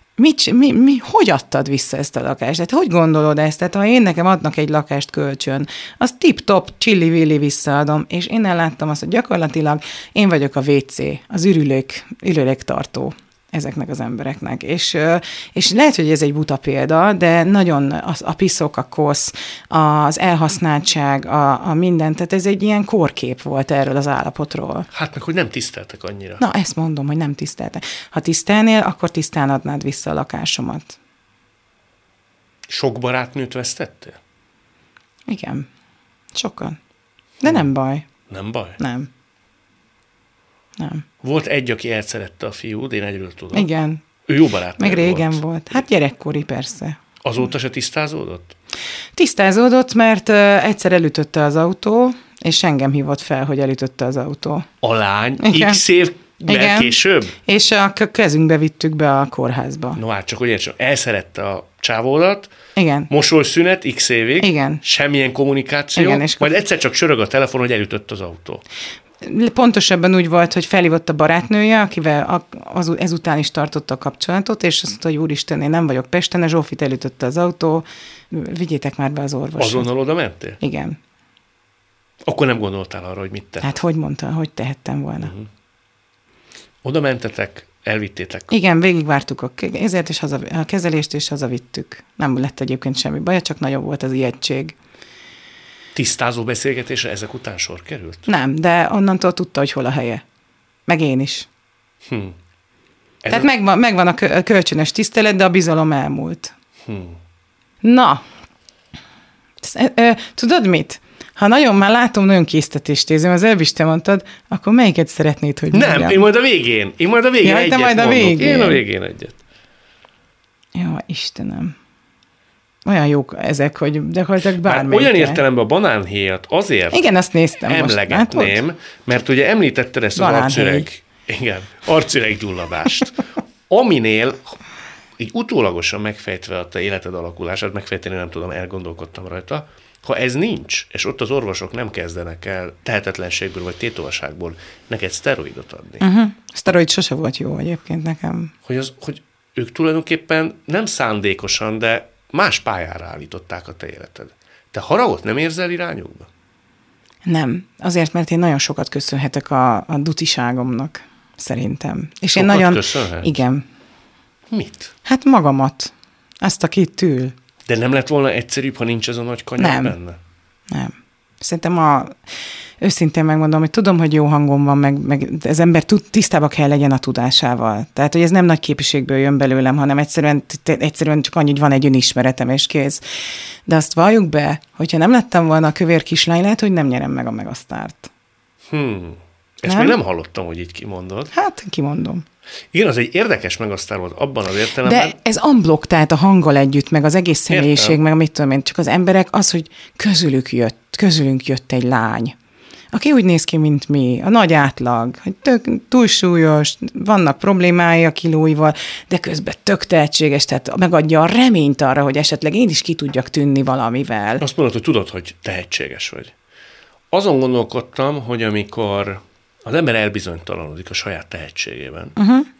hogy adtad vissza ezt a lakást? Tehát hogy gondolod ezt? Tehát ha én nekem adnak egy lakást kölcsön, az tip-top, csilli-villi visszaadom, és innen láttam azt, hogy gyakorlatilag én vagyok a WC, az ürülék tartó ezeknek az embereknek. És lehet, hogy ez egy buta példa, de nagyon a piszok, a kosz, az elhasználtság, a minden, tehát ez egy ilyen kórkép volt erről az állapotról. Hát meg, hogy nem tiszteltek annyira. Na, ezt mondom, hogy nem tiszteltek. Ha tisztelnél, akkor tisztán adnád vissza a lakásomat. Sok barátnőt vesztettél? Igen. Sokan. De nem baj. Nem baj? Nem. Volt egy, aki elszerette a fiúd, én egyről tudom. Igen. Ő jó barátnő meg régen volt. Hát gyerekkori, persze. Azóta se tisztázódott? Tisztázódott, mert egyszer elütötte az autó, és engem hívott fel, hogy elütötte az autó. A lány? Igen. X évvel később? És a kezünkbe vittük be a kórházba. No hát csak, hogy értsem, elszerette a csávódat, igen. Mosolyszünet X évig, igen. Semmilyen kommunikáció, igen, és majd egyszer csak csörög a telefon, hogy elütött az autó. Pontosabban úgy volt, hogy felhívott a barátnője, akivel ezután is tartotta a kapcsolatot, és azt mondta, hogy úristen, én nem vagyok Pesten, a Zsófit elütötte az autó, vigyétek már be az orvosra. Azonnal oda mentél? Igen. Akkor nem gondoltál arra, hogy mit te? Hát hogy mondta, hogy tehettem volna. Oda mentetek, elvittétek. Igen, végigvártuk a kezelést, és hazavittük. Nem lett egyébként semmi baj, csak nagyobb volt az ijegység. Tisztázó beszélgetésre ezek után sor került? Nem, de onnantól tudta, hogy hol a helye. Meg én is. Tehát megvan a kölcsönös tisztelet, de a bizalom elmúlt. Na, tudod mit? Ha nagyon már látom, nagyon késztetést érzem, az előbb is te mondtad, akkor melyiket szeretnéd, hogy nem, mondjam? én majd a végén Ja, egyet majd a mondok. végén. Én a végén egyet. Jó, Istenem. Olyan jók ezek, hogy gyakorlatilag bármelyik. Olyan értelemben a banánhéjat azért igen, azt néztem emlegetném, most. Mert ugye említetted ezt az arcüreg gyulladást, aminél így utólagosan megfejtve a te életed alakulását, megfejteni nem tudom, elgondolkodtam rajta, ha ez nincs, és ott az orvosok nem kezdenek el tehetetlenségből vagy tétovasságból neked szteroidot adni. Szteroid sose volt jó egyébként nekem. Hogy ők tulajdonképpen nem szándékosan, de más pályára állították a te életed. Te haragot nem érzel irányukba? Nem. Azért, mert én nagyon sokat köszönhetek a dutiságomnak, szerintem. És sokat én nagyon... köszönhet? Igen. Mit? Hát magamat. Azt, aki itt ül. De nem lett volna egyszerűbb, ha nincs ez a nagy kanyar benne? Nem. Szerintem őszintén megmondom, hogy tudom, hogy jó hangom van, meg az ember tisztába kell legyen a tudásával. Tehát, hogy ez nem nagy képviségből jön belőlem, hanem egyszerűen csak annyi, hogy van egy önismeretem, és kész. De azt valljuk be, hogyha nem lettem volna a kövér kislány, lehet, hogy nem nyerem meg a Megasztárt. Ezt még nem hallottam, hogy így kimondod. Hát, kimondom. Igen, az egy érdekes Megasztár volt abban az értelemben. De ez unblock, tehát a hanggal együtt, meg az egész személyiség, meg mit tudom én, csak az emberek az, hogy közülünk jött egy lány, aki úgy néz ki, mint mi, a nagy átlag, hogy túlsúlyos, vannak problémái a kilóival, de közben tök tehetséges, tehát megadja a reményt arra, hogy esetleg én is ki tudjak tűnni valamivel. Azt mondod, hogy tudod, hogy tehetséges vagy. Azon gondolkodtam, hogy amikor az ember elbizonytalanodik a saját tehetségében,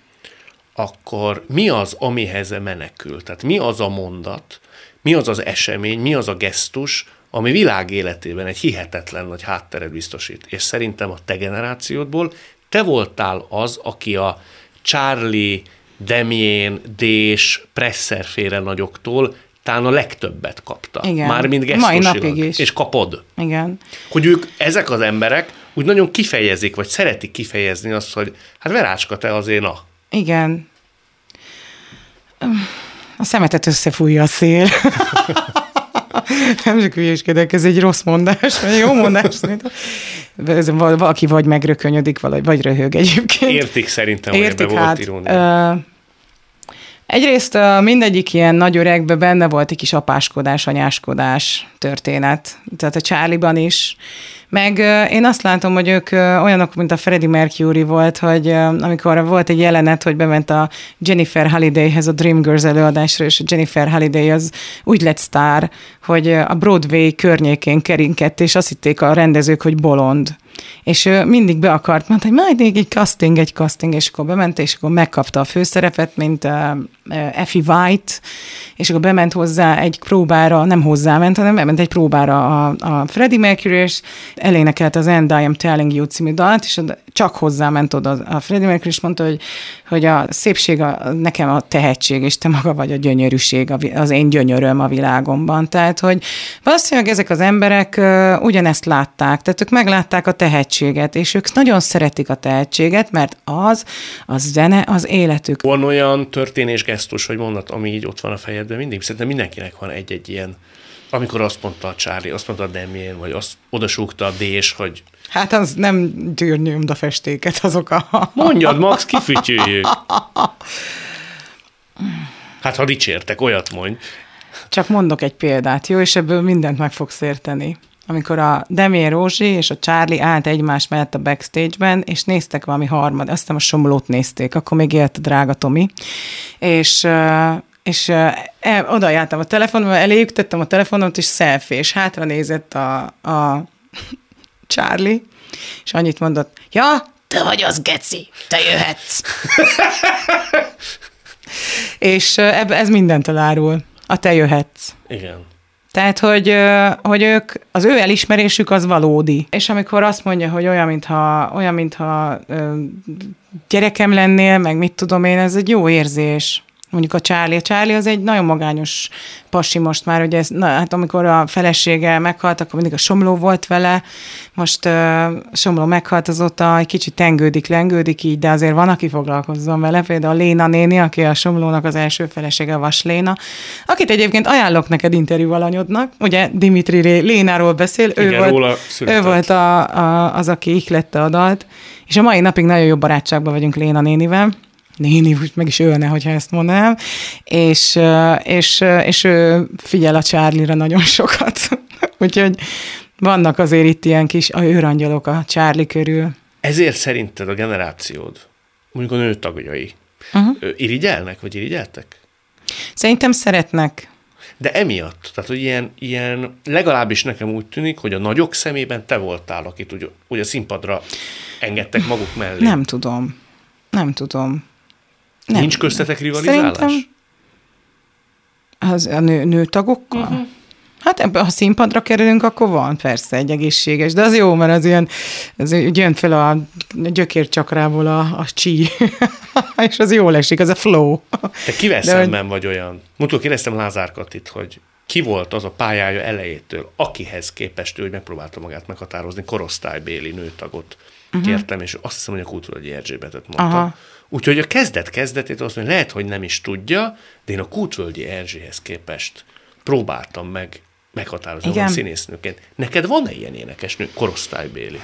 akkor mi az, amihez menekül? Tehát mi az a mondat, mi az az esemény, mi az a gesztus, ami világ életében egy hihetetlen nagy hátteret biztosít. És szerintem a te generációdból te voltál az, aki a Charlie, Damien, Dés, Presserféle nagyoktól talán a legtöbbet kapta. Igen. Mármint gesztusilag. És kapod. Igen. Hogy ők, ezek az emberek úgy nagyon kifejezik, vagy szeretik kifejezni azt, hogy hát Verácska, te azért na. Igen. A szemetet összefújja a szél. Nem csak hülyéskedek, ez egy rossz mondás, vagy jó mondás. Valaki vagy megrökönyödik, vagy röhög egyébként. Értik szerintem, hogy ebben volt irónia. Egyrészt mindegyik ilyen nagy öregben benne volt egy kis apáskodás, anyáskodás történet. Tehát a Charlie-ban is. Meg én azt látom, hogy ők olyanok, mint a Freddie Mercury volt, hogy amikor volt egy jelenet, hogy bement a Jennifer Holidayhez a Dreamgirls előadásra, és a Jennifer Holliday az úgy lett sztár, hogy a Broadway környékén kerinkedt, és azt hitték a rendezők, hogy bolond. És ő mindig be akart, mondta, hogy majd még egy casting, és akkor bement, és akkor megkapta a főszerepet, mint Effie White, és akkor bement hozzá egy próbára, nem hozzáment, hanem bement egy próbára a Freddie Mercury, és elénekelt az And I Am Telling You című dalt, és csak hozzáment oda a Freddie Mercury, és mondta, hogy a szépség nekem a tehetség, és te maga vagy a gyönyörűség, az én gyönyöröm a világomban. Tehát, hogy valószínűleg ezek az emberek ugyanezt látták, tehát ők meglátták a tehetséget, és ők nagyon szeretik a tehetséget, mert az zene, az életük. Van olyan történés, gesztus, vagy mondat, ami így ott van a fejedben mindig? Szerintem mindenkinek van egy-egy ilyen, amikor azt mondta a Charlie, azt mondta a Damien, vagy azt odasúgta a Dés, hogy... Hát az nem gyűrnyőmd a festéket, azok a... Mondjad, Max, kifütyüljük. Hát ha dicsértek, olyat mondj. Csak mondok egy példát, jó? És ebből mindent meg fogsz érteni. Amikor a Damien Rózsi és a Charlie állt egymás mellett a backstage-ben, és néztek valami azt hiszem a Somlót nézték, akkor még élt a drága Tomi, és oda jártam a telefonom, eléjük tettem a telefonomat, és selfie, és hátra nézett a Charlie, és annyit mondott, ja, te vagy az, geci, te jöhetsz. És ez mindent elárul. A te jöhetsz. Igen. Tehát, hogy ők, az ő elismerésük az valódi. És amikor azt mondja, hogy olyan, mintha gyerekem lennél, meg mit tudom én, ez egy jó érzés. Mondjuk a Charlie az egy nagyon magányos pasi most már, ugye hát amikor a felesége meghalt, akkor mindig a Somló volt vele, most Somló meghalt, azóta egy kicsit lengődik így, de azért van, aki foglalkozzon vele, például a Léna néni, aki a Somlónak az első felesége, Vas Léna, akit egyébként ajánlok neked interjú alanyodnak, ugye Dimitri Lénáról beszél, igen, ő volt az, aki ihlette a dalt, és a mai napig nagyon jó barátságban vagyunk Léna nénivel. Néni, úgy meg is ölne, hogyha ezt mondanám, és ő figyel a Charlie-ra nagyon sokat. Úgyhogy vannak azért itt ilyen kis őrangyalok a Charlie körül. Ezért szerinted a generációd, mondjuk a nő tagjai, irigyelnek, vagy irigyeltek? Szerintem szeretnek. De emiatt, tehát hogy ilyen legalábbis nekem úgy tűnik, hogy a nagyok szemében te voltál, akit úgy a színpadra engedtek maguk mellé. Nem tudom. Nem. Nincs köztetek rivalizálás? Szerintem az a nőtagokkal? Uh-huh. Hát ebben, ha színpadra kerülünk, akkor van persze egy egészséges, de az jó, mert az ilyen, ez jön fel a gyökércsakrából a csí, és az jól esik, az a flow. Te kivel szemben vagy olyan? Múltkor kérdeztem Lázár Katit, hogy ki volt az a pályája elejétől, akihez képest ő, hogy megpróbálta magát meghatározni, korosztálybéli nőtagot kértem, és azt hiszem, hogy a Kultúrvölgyi Erzsébetet mondta. Aha. Úgyhogy a kezdetét azt mondja, lehet, hogy nem is tudja, de én a Kultúrvölgyi Erzséhez képest próbáltam meghatározni a színésznőként. Neked van-e ilyen énekesnő, korosztálybéli?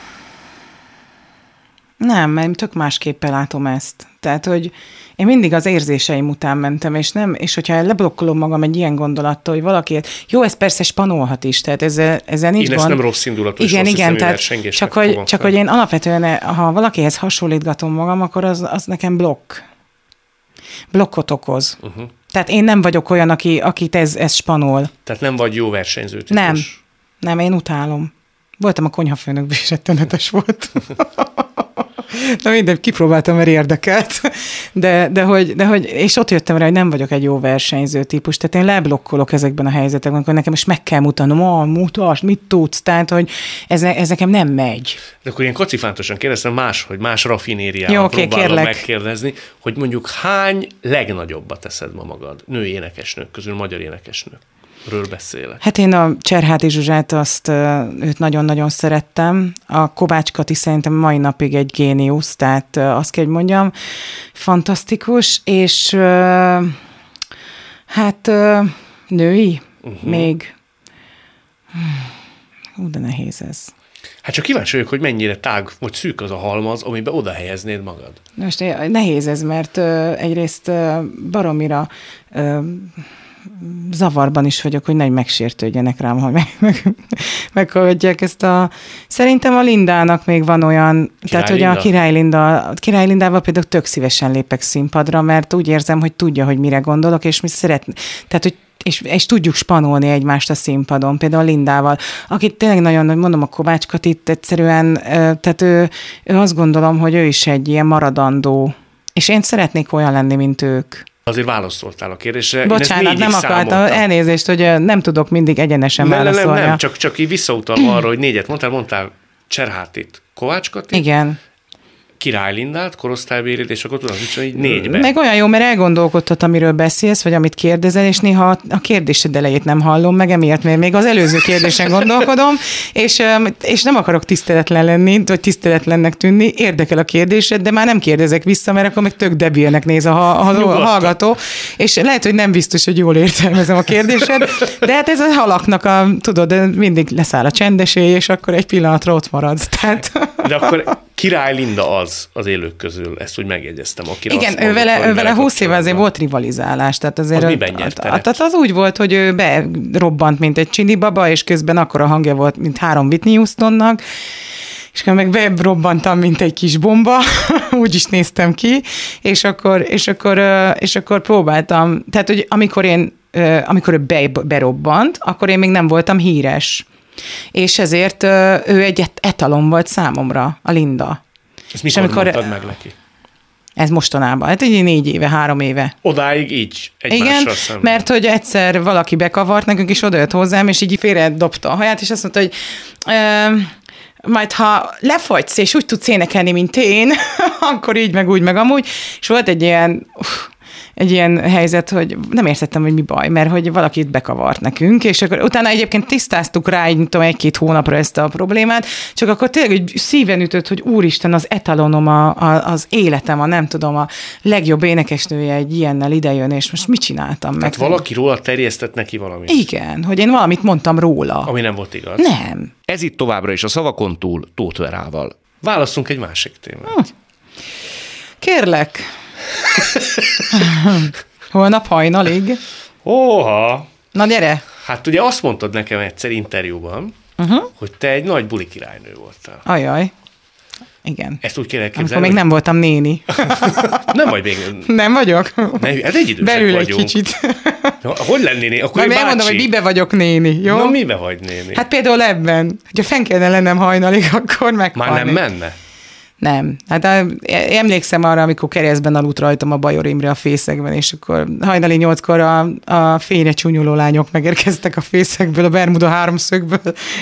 Nem, mert tök másképpen látom ezt. Tehát, hogy én mindig az érzéseim után mentem, és hogyha leblokkolom magam egy ilyen gondolattól, hogy valakiért, jó, ez persze spanolhat is, tehát ezzel nincs gond. Én ezt nem rossz indulatú, igen, tehát csak hogy én alapvetően, ha valakihez hasonlítgatom magam, akkor az nekem blokkot okoz. Uh-huh. Tehát én nem vagyok olyan, akit ez spanol. Tehát nem vagy jó versenyző típus. Nem, én utálom. Voltam a konyhafőnökben, és rettenetes volt. Na mindegy, kipróbáltam, mert érdekelt. De hogy, és ott jöttem rá, hogy nem vagyok egy jó versenyző típus, tehát én leblokkolok ezekben a helyzetekben, amikor nekem most meg kell mutatnom, mutasd, mit tudsz, tehát, hogy ez nekem nem megy. De akkor ilyen kacifántosan kérdeztem más rafinériával próbálom megkérdezni, hogy mondjuk hány legnagyobbat teszed ma magad női énekesnők közül, magyar énekesnők? Ről beszélek. Hát én a Cserháti Zsuzsát, őt nagyon-nagyon szerettem. A Kovács Kati szerintem mai napig egy géniusz, tehát azt kell, hogy mondjam, fantasztikus, és hát női még. De nehéz ez. Hát csak kíváncsi vagyok, hogy mennyire tág, vagy szűk az a halmaz, amiben oda helyeznéd magad. Most nehéz ez, mert egyrészt baromira zavarban is vagyok, hogy ne megsértődjenek rám, hogy meghallgatják ezt a... Szerintem a Lindának még van olyan, tehát hogy a Király Lindával például tök szívesen lépek színpadra, mert úgy érzem, hogy tudja, hogy mire gondolok, és mi tehát, hogy és tudjuk spanolni egymást a színpadon, például a Lindával, akit tényleg nagyon, mondom, a Kovács Katit egyszerűen, tehát ő azt gondolom, hogy ő is egy ilyen maradandó, és én szeretnék olyan lenni, mint ők. Azért válaszoltál a kérdésre. Bocsánat, nem akartam. Elnézést, hogy nem tudok mindig egyenesen válaszolni. Nem, csak így visszautalva arra, hogy 4-et mondtál Cserhátit, Kovács Katit. Igen. Király Lindát, korosztálybélit, és akkor tudod, hogy 4-be. Meg olyan jó, mert elgondolkodtat, amiről beszélsz, vagy amit kérdezel, és néha a kérdésed elejét nem hallom meg, emiatt, mert még az előző kérdésen gondolkodom, és nem akarok tiszteletlen lenni, vagy tiszteletlennek tűnni, érdekel a kérdésed, de már nem kérdezek vissza, mert akkor meg tök debilnek néz a hallgató, és lehet, hogy nem biztos, hogy jól értelmezem a kérdésed, de hát ez a halaknak tudod, mindig leszáll a csendesé, és akkor egy pillanatra ott maradsz. Tehát... De akkor Király Linda az élők közül, ezt úgy megjegyeztem. Igen, ő vele 20 éve azért volt rivalizálás. Tehát azért az miben nyert teret? Tehát az úgy volt, hogy ő berobbant, mint egy csinibaba, és közben akkora hangja volt, mint 3 Whitney Houstonnak, és akkor meg berobbantam, mint egy kis bomba, úgy is néztem ki, és akkor próbáltam, tehát hogy amikor ő berobbant, akkor én még nem voltam híres. És ezért ő egy etalon volt számomra, a Linda. Ezt mikor mondtad meg neki? Ez mostanában. Hát így 4 éve, 3 éve. Odáig így, egymással Igen, szemben. mert hogy egyszer valaki bekavart nekünk, és odajött hozzám, és így félre dobta a haját, és azt mondta, hogy majd ha lefogysz, és úgy tudsz énekelni, mint én, akkor így, meg úgy, meg amúgy. És volt egy ilyen helyzet, hogy nem értettem, hogy mi baj, mert hogy valakit bekavart nekünk, és akkor utána egyébként tisztáztuk rá, így, tudom, 1-2 hónapra ezt a problémát, csak akkor tényleg hogy szíven ütött, hogy úristen, az etalonom, az életem, nem tudom, a legjobb énekesnője egy ilyennel idejön, és most mit csináltam? Tehát valaki róla terjesztett neki valamit. Igen, hogy én valamit mondtam róla. Ami nem volt igaz. Nem. Ez itt továbbra is a Szavakon túl Tóth Verával. Válasszunk egy másik témát. Kérlek. Holnap hajnalig. Óha! Na gyere! Hát ugye azt mondtad nekem egyszer interjúban, hogy te egy nagy buli királynő voltál. Ajaj. Igen. Ezt úgy kéne elképzelni. Amikor még nem voltam néni. Nem vagy még. Nem vagyok? Hát egy idősek Belül vagyunk. egy kicsit. Hogy lenni néni? Akkor Majd én elmondom, bácsi. hogy mibe vagyok néni, jó? Na, mibe vagy néni? Hát például ebben. Hogyha fenn kellene lennem hajnalig, akkor meghalni. Már nem menne? Nem. Hát emlékszem arra, amikor keresztben aludt rajtam a Bajor Imre a fészekben, és akkor hajnali 8-kor a fényre csúnyuló lányok megérkeztek a fészekből, a Bermuda háromszögből,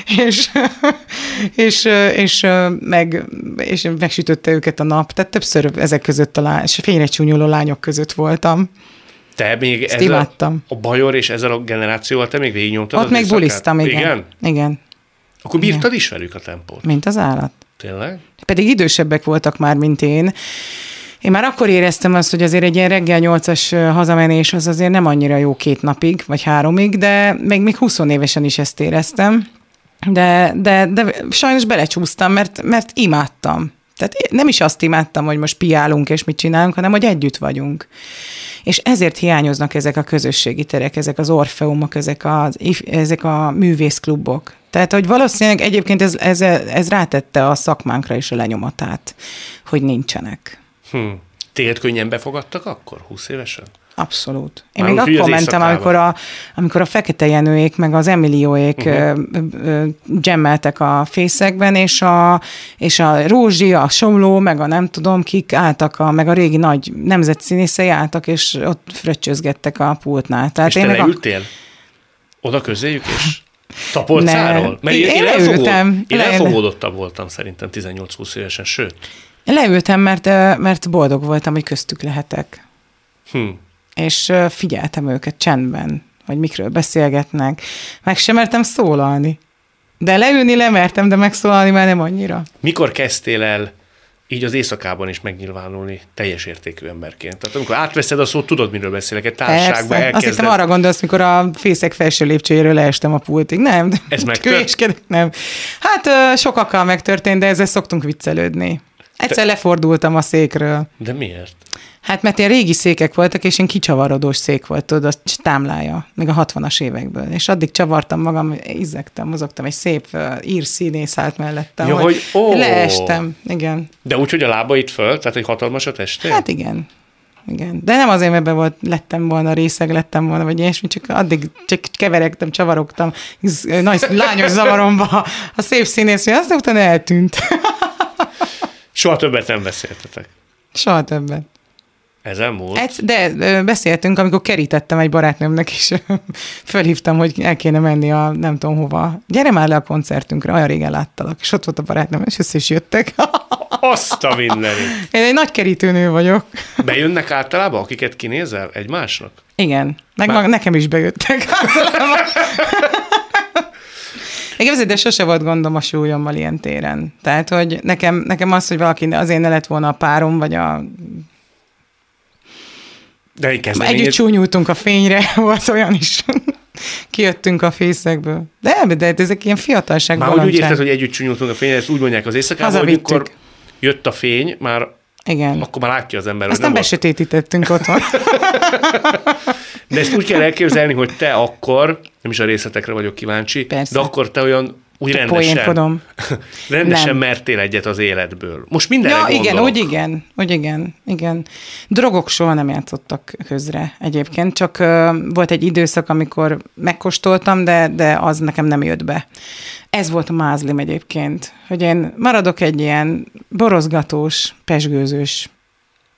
és megsütötte őket a nap. Tehát többször ezek között a fényre csúnyuló lányok között voltam. Te még ezzel a Bajor és ezzel a generációval te még végignyomtad ott az még éjszakát? buliztam, igen. Igen. Akkor bírtad is velük a tempót? Mint az állat. Tényleg? Pedig idősebbek voltak már, mint én. Én már akkor éreztem azt, hogy azért egy ilyen reggel 8-as hazamenés az azért nem annyira jó 2 napig, vagy 3-ig, de még 20 évesen is ezt éreztem. De sajnos belecsúsztam, mert imádtam. Tehát nem is azt imádtam, hogy most piálunk és mit csinálunk, hanem hogy együtt vagyunk. És ezért hiányoznak ezek a közösségi terek, ezek az orfeumok, ezek a művészklubok. Tehát, hogy valószínűleg egyébként ez rátette a szakmánkra is a lenyomatát, hogy nincsenek. Téged könnyen befogadtak akkor, 20 évesen? Abszolút. Én még akkor mentem, amikor a Fekete Jenőék, meg az Emilióék jammeltek a fészekben, és a Rózsi, a Somló, meg a nem tudom kik álltak, meg a régi nagy nemzetszínészei álltak, és ott fröccsözgettek a pultnál. Tehát és te leültél? Oda közéjük, és tapolcáról? Mert én elfogódottabb voltam szerintem 18-20 évesen, sőt. Leültem, mert boldog voltam, hogy köztük lehetek. És figyeltem őket csendben, hogy mikről beszélgetnek. Meg sem mertem szólalni. De leülni lemertem, de megszólalni már nem annyira. Mikor kezdtél el így az éjszakában is megnyilvánulni teljes értékű emberként? Tehát amikor átveszed a szót, tudod, miről beszélek, egy társaságban elkezded. Azt hittem arra gondolsz, mikor a fészek felső lépcsőjéről leestem a pultig. Nem. Ez megtörtént? Nem. Hát sokakkal megtörtént, de ezzel szoktunk viccelődni. Egyszer lefordultam a székről. De miért? Hát mert ilyen régi székek voltak, és én kicsavarodós szék volt, tudod, az támlája, még a 60-as évekből. És addig csavartam magam, izzegtem, mozogtam, egy szép ír színész állt mellettem, ja, hogy leestem, igen. De úgy, hogy a lábait föl, tehát hogy hatalmas a testél? Hát igen. Igen. De nem azért, mert volt, lettem volna, részeg lettem volna, vagy ilyesmi, csak addig csak keveregtem, csavarogtam, nagy lányos zavaromba a szép színész, hogy aztán utána eltűnt. Soha többet nem beszéltetek? Soha többet. Ezen múlt? De beszéltünk, amikor kerítettem egy barátnőmnek, és fölhívtam, hogy el kéne menni a nem tudom hova. Gyere már le a koncertünkre, olyan régen láttalak. És ott volt a barátnőm, és össze is jöttek. Azt a mindenit. Én egy nagy kerítőnő vagyok. Bejönnek általában, akiket kinézel egymásnak? Igen. Meg nekem is bejöttek általában. Igen, de sose volt gondom a súlyommal ilyen téren. Tehát, hogy nekem az, hogy valaki azért ne lett volna a párom, vagy de együtt csúnyultunk a fényre, volt olyan is. Kijöttünk a fészekből. De ezek ilyen fiatalság már úgy érted, hogy együtt csúnyultunk a fényre, ezt úgy mondják az éjszakában, hogy amikor jött a fény, már igen. Akkor már látja az ember, aztán besötétítettünk otthon. De ezt úgy kell elképzelni, hogy te akkor, nem is a részletekre vagyok kíváncsi, persze. De akkor te olyan úgy rendesen mertél egyet az életből. Most mindenre gondolok. Igen. Drogok soha nem játszottak közre egyébként, csak volt egy időszak, amikor megkóstoltam, de az nekem nem jött be. Ez volt a mázlim egyébként, hogy én maradok egy ilyen borozgatós, pezsgőzős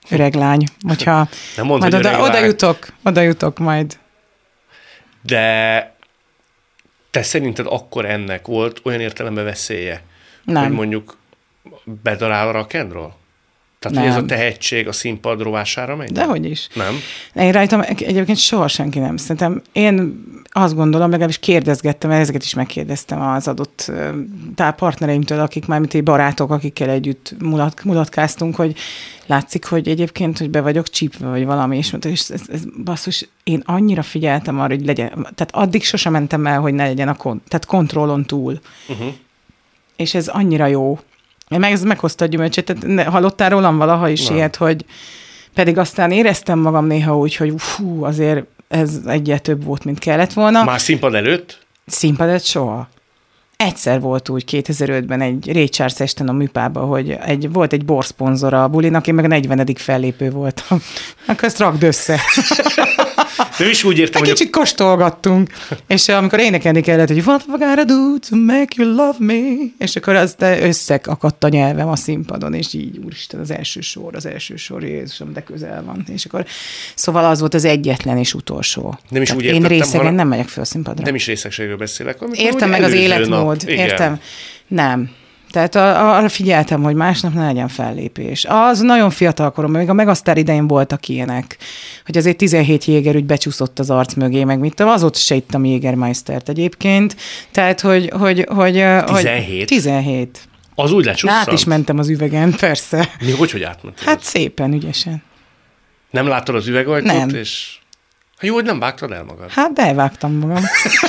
öreg lány, hogyha nem mondd, majd oda jutok majd. De te szerinted akkor ennek volt olyan értelemben veszélye, Nem. hogy mondjuk bedarál a rock'n'roll? Tehát, hogy ez a tehetség a színpad rovására megy? Dehogy is. Nem? Én rajtam egyébként soha senki nem. Szerintem én azt gondolom, legalábbis kérdezgettem, mert ezeket is megkérdeztem az adott partnereimtől, akik már mint barátok, akikkel együtt mulatkáztunk, hogy látszik, hogy egyébként, hogy be vagyok csípve, vagy valami, és mondta, és ez basszus, én annyira figyeltem arra, hogy legyen, tehát addig sosem mentem el, hogy ne legyen tehát kontrollon túl. Uh-huh. És ez annyira jó. Meghozta a gyümölcsét, tehát hallottál rólam valaha is ilyet, hogy pedig aztán éreztem magam néha úgy, hogy fú, azért ez egyre több volt, mint kellett volna. Már színpad előtt? Színpad előtt soha. Egyszer volt úgy 2005-ben egy Ray Charles esten a műpában, hogy volt egy borszponzora a bulinak, én meg a 40. fellépő voltam. Akkor ezt rakd össze. De is úgy értem, hogy kicsit kóstolgattunk, és amikor énekelni kellett, hogy what I gotta do to make you love me, és akkor az összeakadt a nyelvem a színpadon, és így, úristen, az első sor, Jézusom, de közel van. És akkor, szóval az volt az egyetlen és utolsó. Nem is tehát úgy én értettem, részegen nem megyek föl színpadra. Nem is részegségről beszélek. Értem meg az életmód, értem. Nem. Tehát arra figyeltem, hogy másnap ne legyen fellépés. Az nagyon fiatal koromban, még a Megasztár idején voltak ilyenek, hogy azért 17 jéger úgy becsúszott az arc mögé, meg mit tudom, azóta se ittam Jägermeistert egyébként. Tehát, hogy 17? 17. Az úgy lecsúszant? Át is mentem az üvegen, persze. Mi, hogy átmentél? Hát szépen, ügyesen. Nem láttad az üvegajtót? Nem. És... Hát jó, hogy nem vágtad el magad. Hát, de elvágtam magam.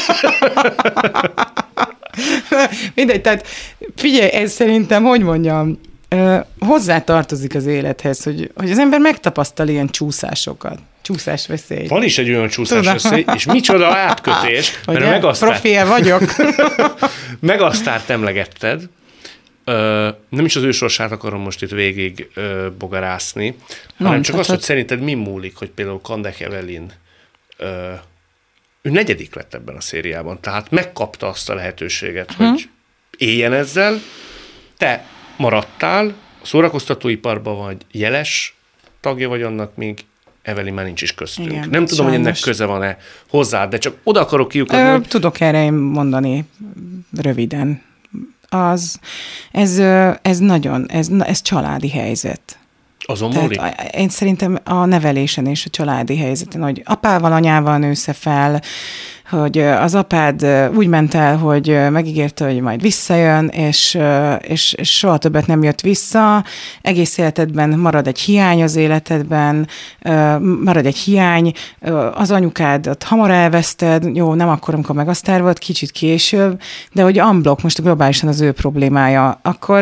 Mindegy, tehát figyelj, ez szerintem, hogy mondjam, hozzá tartozik az élethez, hogy az ember megtapasztal ilyen csúszásokat. Csúszásveszély. Van is egy olyan csúszásveszély, és micsoda átkötés, mert a Megasztárt... Profil vagyok. Megasztárt emlegetted, nem is az ő sorsát akarom most itt végig bogarászni, hanem csak azt, hogy szerinted mi múlik, hogy például Kandek Evelyn ő 4. lett ebben a szériában, tehát megkapta azt a lehetőséget, hogy éljen ezzel, te maradtál, a szórakoztatóiparban vagy, jeles tagja vagy annak, míg Evelyn már nincs is köztünk. Igen, nem tudom, hogy ennek köze van-e hozzád, de csak oda akarok kiukadni. Tudok erre mondani röviden. Ez családi helyzet. Azon múlik? Én szerintem a nevelésen és a családi helyzeten, hogy apával, anyával nősz fel, hogy az apád úgy ment el, hogy megígérte, hogy majd visszajön, és soha többet nem jött vissza. Egész életedben marad egy hiány az életedben, marad egy hiány, az anyukádat hamar elveszted, jó, nem akkor, amikor Megasztár volt, kicsit később, de hogy unblock most globálisan az ő problémája, akkor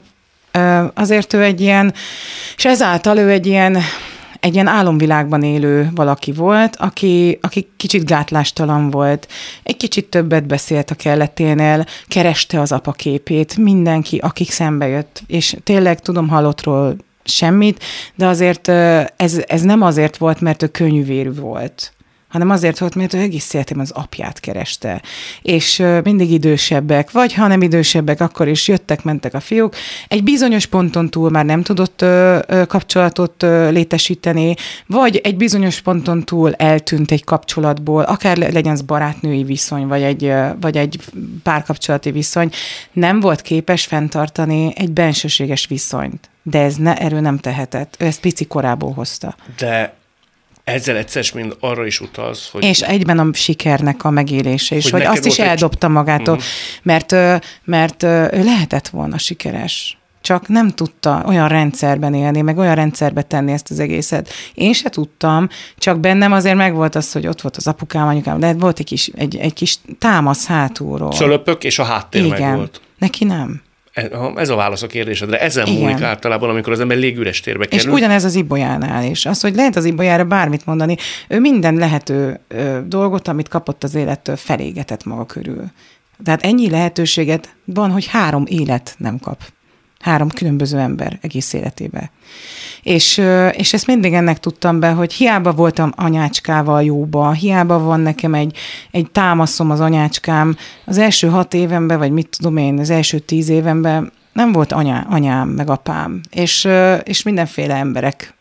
azért ő egy ilyen, és ezáltal ő egy ilyen álomvilágban élő valaki volt, aki kicsit gátlástalan volt, egy kicsit többet beszélt a kelleténél, kereste az apa képét, mindenki, akik szembe jött, és tényleg tudom, hallottról semmit, de azért ez nem azért volt, mert ő könnyűvérű volt, hanem azért volt, mert ő egész életében az apját kereste. És mindig idősebbek, vagy ha nem idősebbek, akkor is jöttek-mentek a fiúk. Egy bizonyos ponton túl már nem tudott kapcsolatot létesíteni, vagy egy bizonyos ponton túl eltűnt egy kapcsolatból, akár legyen az barátnői viszony, vagy egy párkapcsolati viszony, nem volt képes fenntartani egy bensőséges viszonyt. De erről nem tehetett. Ő ezt pici korából hozta. De ezzel egyszer mind arra is utalsz, hogy... És egyben a sikernek a megélése is, hogy azt is eldobta magától, mert ő lehetett volna sikeres. Csak nem tudta olyan rendszerben élni, meg olyan rendszerbe tenni ezt az egészet. Én se tudtam, csak bennem azért megvolt az, hogy ott volt az apukám, anyukám, de volt egy kis támasz hátulról. Cölöpök, és a háttér meg volt. Neki nem. Ez a válasz a kérdésedre. Ezen múlik általában, amikor az ember légüres térbe kerül. És ugyanez az Ibolyánál is. Az, hogy lehet az Ibolyára bármit mondani, ő minden lehető dolgot, amit kapott az élettől, felégetett maga körül. Tehát ennyi lehetőséget van, hogy 3 élet nem kap. 3 különböző ember egész életében. És ezt mindig ennek tudtam be, hogy hiába voltam anyácskával jóba, hiába van nekem egy támaszom az anyácskám, az első 6 évemben, vagy mit tudom én, az első 10 évemben nem volt anyám meg apám, és mindenféle emberek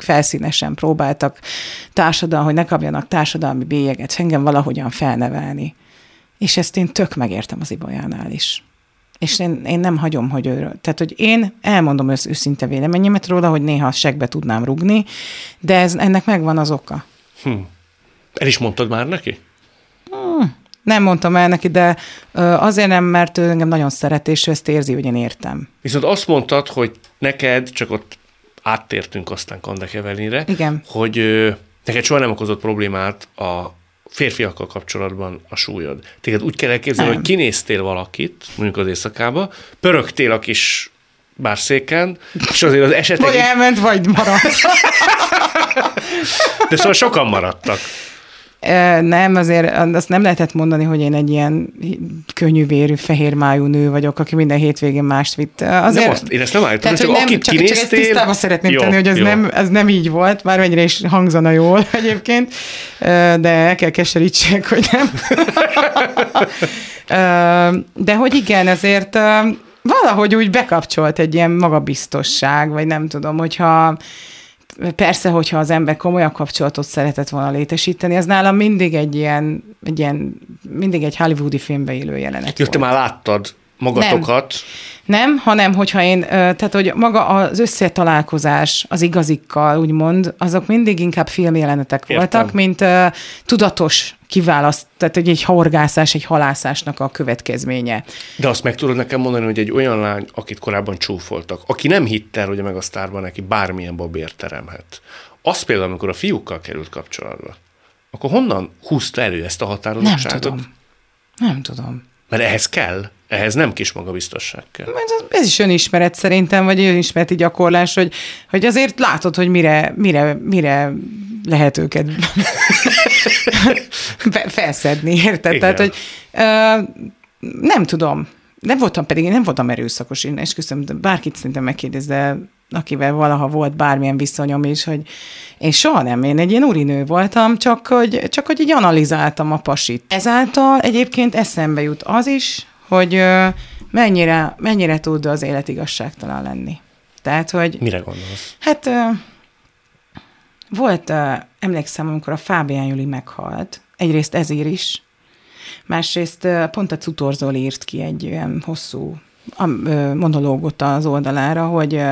felszínesen próbáltak hogy ne kapjanak társadalmi bélyeget, engem valahogyan felnevelni. És ezt én tök megértem az Ibolyánál is. És én nem hagyom, hogy tehát, hogy én elmondom őszinte véleményemet róla, hogy néha segbe tudnám rugni, de ennek megvan az oka. El is mondtad már neki? Nem mondtam el neki, de azért nem, mert ő engem nagyon szeret, és ő ezt érzi, hogy én értem. Viszont azt mondtad, hogy neked, csak ott áttértünk aztán Kandek Evelinre, igen, hogy neked soha nem okozott problémát a férfiakkal kapcsolatban a súlyod. Téged úgy kell elképzelni, hogy kinéztél valakit, mondjuk az éjszakába, pörögtél a kis bárszéken, és azért az esetek... Vagy elment, vagy maradt. De szóval sokan maradtak. Nem, azért azt nem lehetett mondani, hogy én egy ilyen könnyűvérű, fehérmájú nő vagyok, aki minden hétvégén mást vitt. Azért, én ezt nem állítom, csak akit kinéztél... Csak ezt tisztában szeretném tenni, hogy ez nem így volt, már mennyire is hangzana jól egyébként, de el kell keserítsek, hogy nem. De hogy igen, ezért valahogy úgy bekapcsolt egy ilyen magabiztosság, vagy nem tudom, Persze, hogyha az ember komolyabb kapcsolatot szeretett volna létesíteni, az nálam mindig mindig egy hollywoodi filmbe élő jelenet volt. Te már láttad magatokat? Nem, hanem hogyha tehát hogy maga az összetalálkozás az igazikkal, úgymond, azok mindig inkább filmjelenetek voltak, mint tudatos tehát egy horgászás, egy halászásnak a következménye. De azt meg tudod nekem mondani, hogy egy olyan lány, akit korábban csúfoltak, aki nem hitte el, hogy a Megasztárban neki bármilyen babért teremhet. Az például, amikor a fiúkkal került kapcsolatba, akkor honnan húzta elő ezt a határozottságot? Nem tudom. Mert ehhez kell. Ehhez nem kis magabiztosság kell. Ez is önismeret szerintem, vagy önismereti gyakorlás, hogy azért látod, hogy mire lehet őket felszedni, érted? Tehát, hogy nem tudom. Én nem voltam erőszakos, én esküszöm, de bárkit szerintem megkérdezze, akivel valaha volt bármilyen viszonyom is, hogy én soha nem, én egy ilyen urinő voltam, csak hogy így analizáltam a pasit. Ezáltal egyébként eszembe jut az is, hogy mennyire tud az élet igazságtalan lenni. Tehát, hogy... Mire gondolsz? Hát volt, emlékszem, amikor a Fábián Juli meghalt, egyrészt ezért is, másrészt pont a Cutorzol írt ki egy olyan hosszú monológot az oldalára,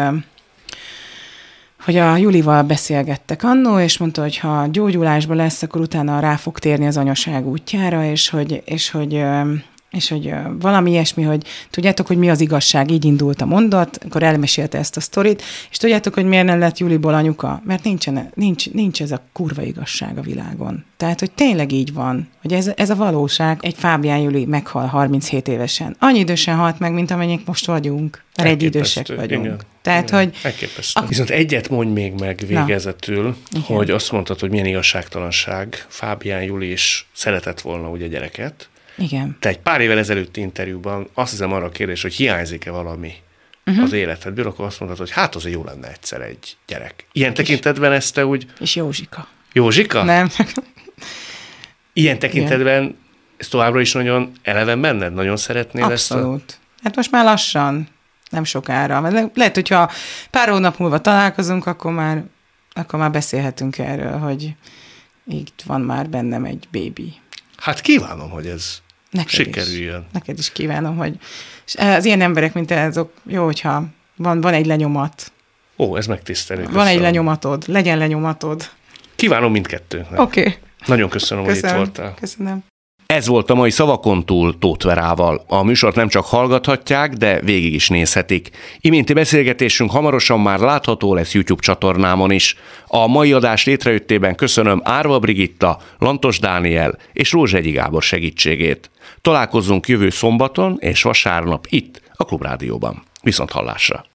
hogy a Julival beszélgettek annó, és mondta, hogy ha gyógyulásba lesz, akkor utána rá fog térni az anyaság útjára, és hogy valami ilyesmi, hogy tudjátok, hogy mi az igazság, így indult a mondat, akkor elmesélte ezt a sztorit, és tudjátok, hogy miért nem lett Juliból anyuka? Mert nincs ez a kurva igazság a világon. Tehát, hogy tényleg így van, hogy ez a valóság. Egy Fábián Juli meghal 37 évesen. Annyi idősen halt meg, mint amennyik most vagyunk. Mert egy idősek vagyunk. Igen. Tehát, igen. hogy... Elképesztő. Viszont egyet mondj még meg végezetül, hogy azt mondtad, hogy milyen igazságtalanság. Fábián Juli is szeretett volna ugye gyereket. Igen. Te egy pár évvel ezelőtti interjúban azt hiszem arra a kérdés, hogy hiányzik-e valami az életedből, akkor azt mondtad, hogy hát azért jó lenne egyszer egy gyerek. Ilyen tekintetben ezt te úgy... És Józsika. Józsika? Nem. Ilyen tekintetben ez továbbra is nagyon eleven benned? Nagyon szeretnél Abszolút. Ezt Hát most már lassan, nem sokára. Lehet, hogyha pár hónap múlva találkozunk, akkor már beszélhetünk erről, hogy itt van már bennem egy bébi. Hát kívánom, hogy ez sikerüljön. Neked is kívánom, hogy az ilyen emberek, mint te, azok jó, hogyha van egy lenyomat. Ó, ez megtisztelő. Van egy lenyomatod, legyen lenyomatod. Kívánom mindkettőnknek. Oké. Nagyon köszönöm, hogy itt voltál. Köszönöm. Ez volt a mai Szavakon túl Tóth Verával. A műsort nem csak hallgathatják, de végig is nézhetik. Iménti beszélgetésünk hamarosan már látható lesz YouTube csatornámon is. A mai adás létrejöttében köszönöm Árva Brigitta, Lantos Dániel és Rózsegyi Gábor segítségét. Találkozzunk jövő szombaton és vasárnap itt, a Klubrádióban. Viszonthallásra!